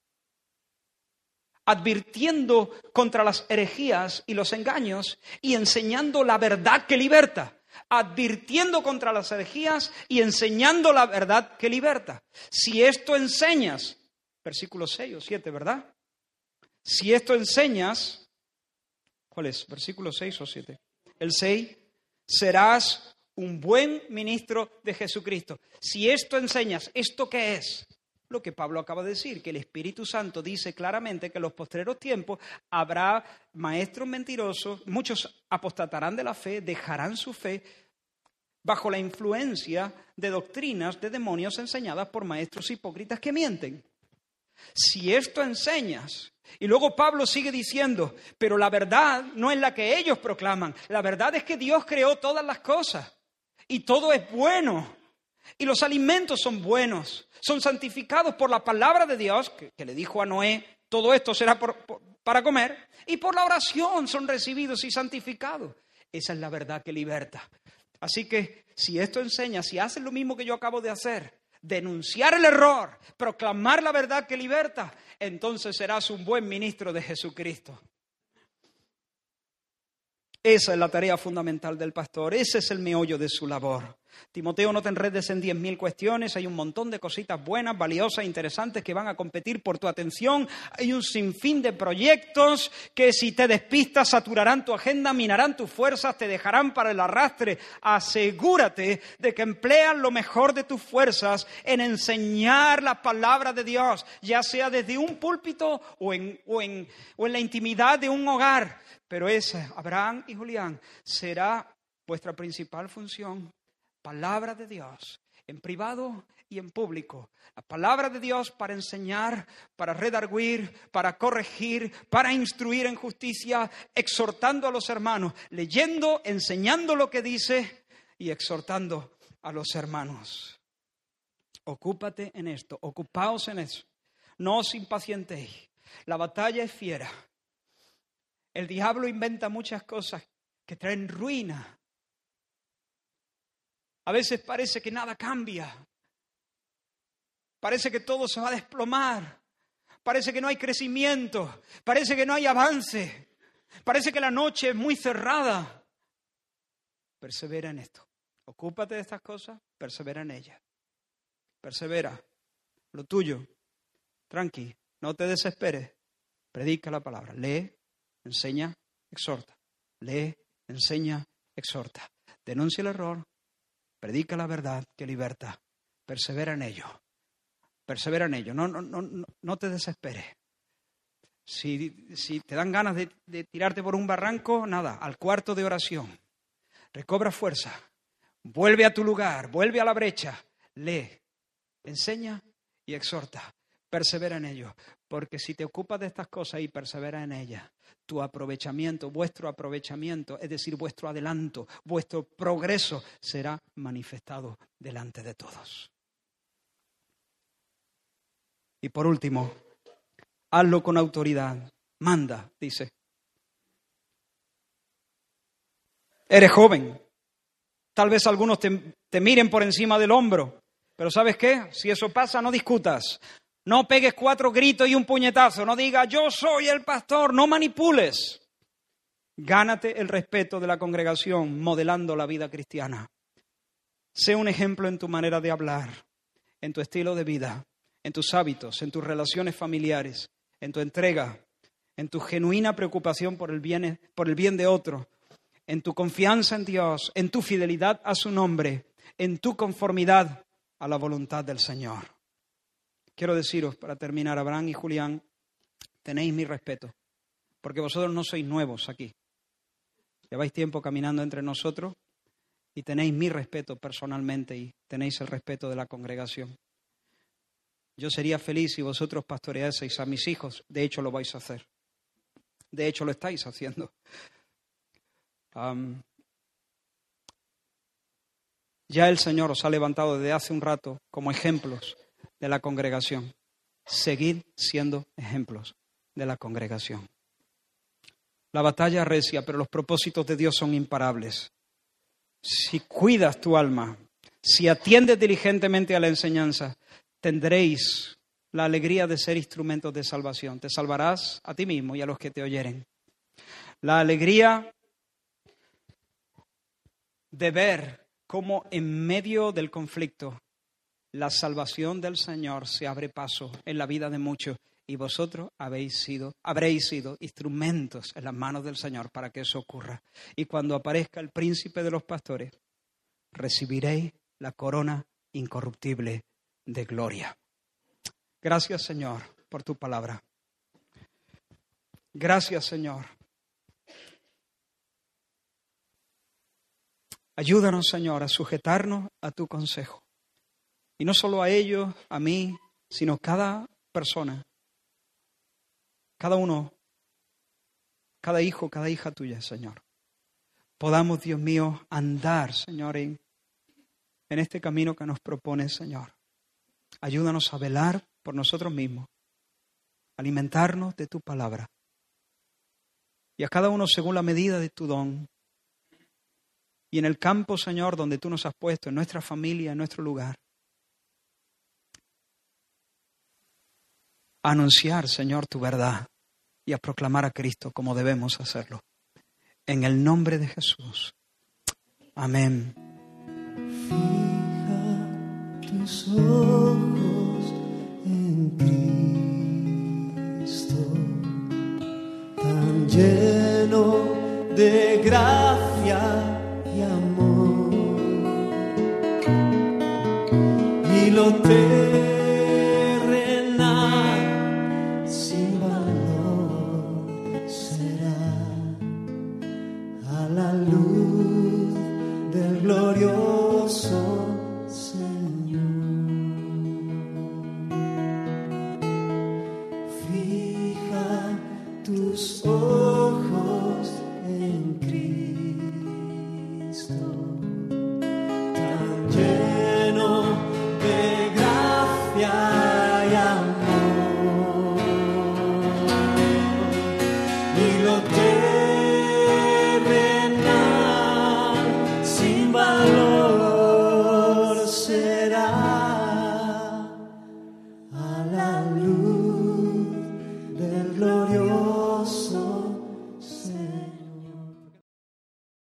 advirtiendo contra las herejías y los engaños y enseñando la verdad que liberta. Advirtiendo contra las herejías y enseñando la verdad que liberta. Si esto enseñas, versículo 6 o 7, ¿verdad? Si esto enseñas, ¿cuál es? Versículo 6 o 7. El 6, serás un buen ministro de Jesucristo. Si esto enseñas, ¿esto qué es? Lo que Pablo acaba de decir, que el Espíritu Santo dice claramente que en los postreros tiempos habrá maestros mentirosos, muchos apostatarán de la fe, dejarán su fe bajo la influencia de doctrinas de demonios enseñadas por maestros hipócritas que mienten. Si esto enseñas, y luego Pablo sigue diciendo, pero la verdad no es la que ellos proclaman, la verdad es que Dios creó todas las cosas y todo es bueno. Y los alimentos son buenos, son santificados por la palabra de Dios, que le dijo a Noé, todo esto será para comer, y por la oración son recibidos y santificados. Esa es la verdad que liberta. Así que si esto enseña, si haces lo mismo que yo acabo de hacer, denunciar el error, proclamar la verdad que liberta, entonces serás un buen ministro de Jesucristo. Esa es la tarea fundamental del pastor, ese es el meollo de su labor. Timoteo, no te enredes en 10.000 cuestiones, hay un montón de cositas buenas, valiosas, interesantes que van a competir por tu atención. Hay un sinfín de proyectos que si te despistas saturarán tu agenda, minarán tus fuerzas, te dejarán para el arrastre. Asegúrate de que empleas lo mejor de tus fuerzas en enseñar la palabra de Dios, ya sea desde un púlpito o en la intimidad de un hogar. Pero ese, Abraham y Julián, será vuestra principal función. Palabra de Dios, en privado y en público. La palabra de Dios para enseñar, para redarguir, para corregir, para instruir en justicia, exhortando a los hermanos, leyendo, enseñando lo que dice y exhortando a los hermanos. Ocúpate en esto, ocupaos en eso. No os impacientéis. La batalla es fiera. El diablo inventa muchas cosas que traen ruina. A veces parece que nada cambia. Parece que todo se va a desplomar. Parece que no hay crecimiento. Parece que no hay avance. Parece que la noche es muy cerrada. Persevera en esto. Ocúpate de estas cosas, persevera en ellas. Persevera. Lo tuyo. Tranqui, no te desesperes. Predica la palabra. Lee, enseña, exhorta. Lee, enseña, exhorta. Denuncia el error. Predica la verdad que liberta. Persevera en ello. Persevera en ello. No te desesperes. Si te dan ganas de tirarte por un barranco, nada, al cuarto de oración. Recobra fuerza. Vuelve a tu lugar. Vuelve a la brecha. Lee, enseña y exhorta. Persevera en ello. Porque si te ocupas de estas cosas y perseveras en ellas, tu aprovechamiento, vuestro aprovechamiento, es decir, vuestro adelanto, vuestro progreso será manifestado delante de todos. Y por último, hazlo con autoridad. Manda, dice. Eres joven. Tal vez algunos te miren por encima del hombro. Pero ¿sabes qué? Si eso pasa, no discutas. No pegues 4 gritos y un puñetazo. No digas, yo soy el pastor. No manipules. Gánate el respeto de la congregación modelando la vida cristiana. Sé un ejemplo en tu manera de hablar, en tu estilo de vida, en tus hábitos, en tus relaciones familiares, en tu entrega, en tu genuina preocupación por el bien de otro, en tu confianza en Dios, en tu fidelidad a su nombre, en tu conformidad a la voluntad del Señor. quiero deciros, para terminar, Abraham y Julián, tenéis mi respeto, porque vosotros no sois nuevos aquí. Lleváis tiempo caminando entre nosotros y tenéis mi respeto personalmente y tenéis el respeto de la congregación. Yo sería feliz si vosotros pastoreaseis a mis hijos. De hecho, lo vais a hacer. De hecho, lo estáis haciendo. Ya el Señor os ha levantado desde hace un rato como ejemplos de la congregación. Seguid siendo ejemplos de la congregación. La batalla es recia, pero los propósitos de Dios son imparables. Si cuidas tu alma, si atiendes diligentemente a la enseñanza, tendréis la alegría de ser instrumentos de salvación. Te salvarás a ti mismo y a los que te oyeren. La alegría de ver cómo en medio del conflicto la salvación del Señor se abre paso en la vida de muchos y vosotros habréis sido instrumentos en las manos del Señor para que eso ocurra. Y cuando aparezca el príncipe de los pastores, recibiréis la corona incorruptible de gloria. Gracias, Señor, por tu palabra. Gracias, Señor. Ayúdanos, Señor, a sujetarnos a tu consejo. Y no solo a ellos, a mí, sino cada persona, cada uno, cada hijo, cada hija tuya, Señor. Podamos, Dios mío, andar, Señor, en este camino que nos propone, Señor. Ayúdanos a velar por nosotros mismos, alimentarnos de tu palabra. Y a cada uno según la medida de tu don. Y en el campo, Señor, donde tú nos has puesto, en nuestra familia, en nuestro lugar. A anunciar, Señor, tu verdad y a proclamar a Cristo como debemos hacerlo. En el nombre de Jesús. Amén. Fija tus ojos en Cristo, tan lleno de gracia y amor, y lo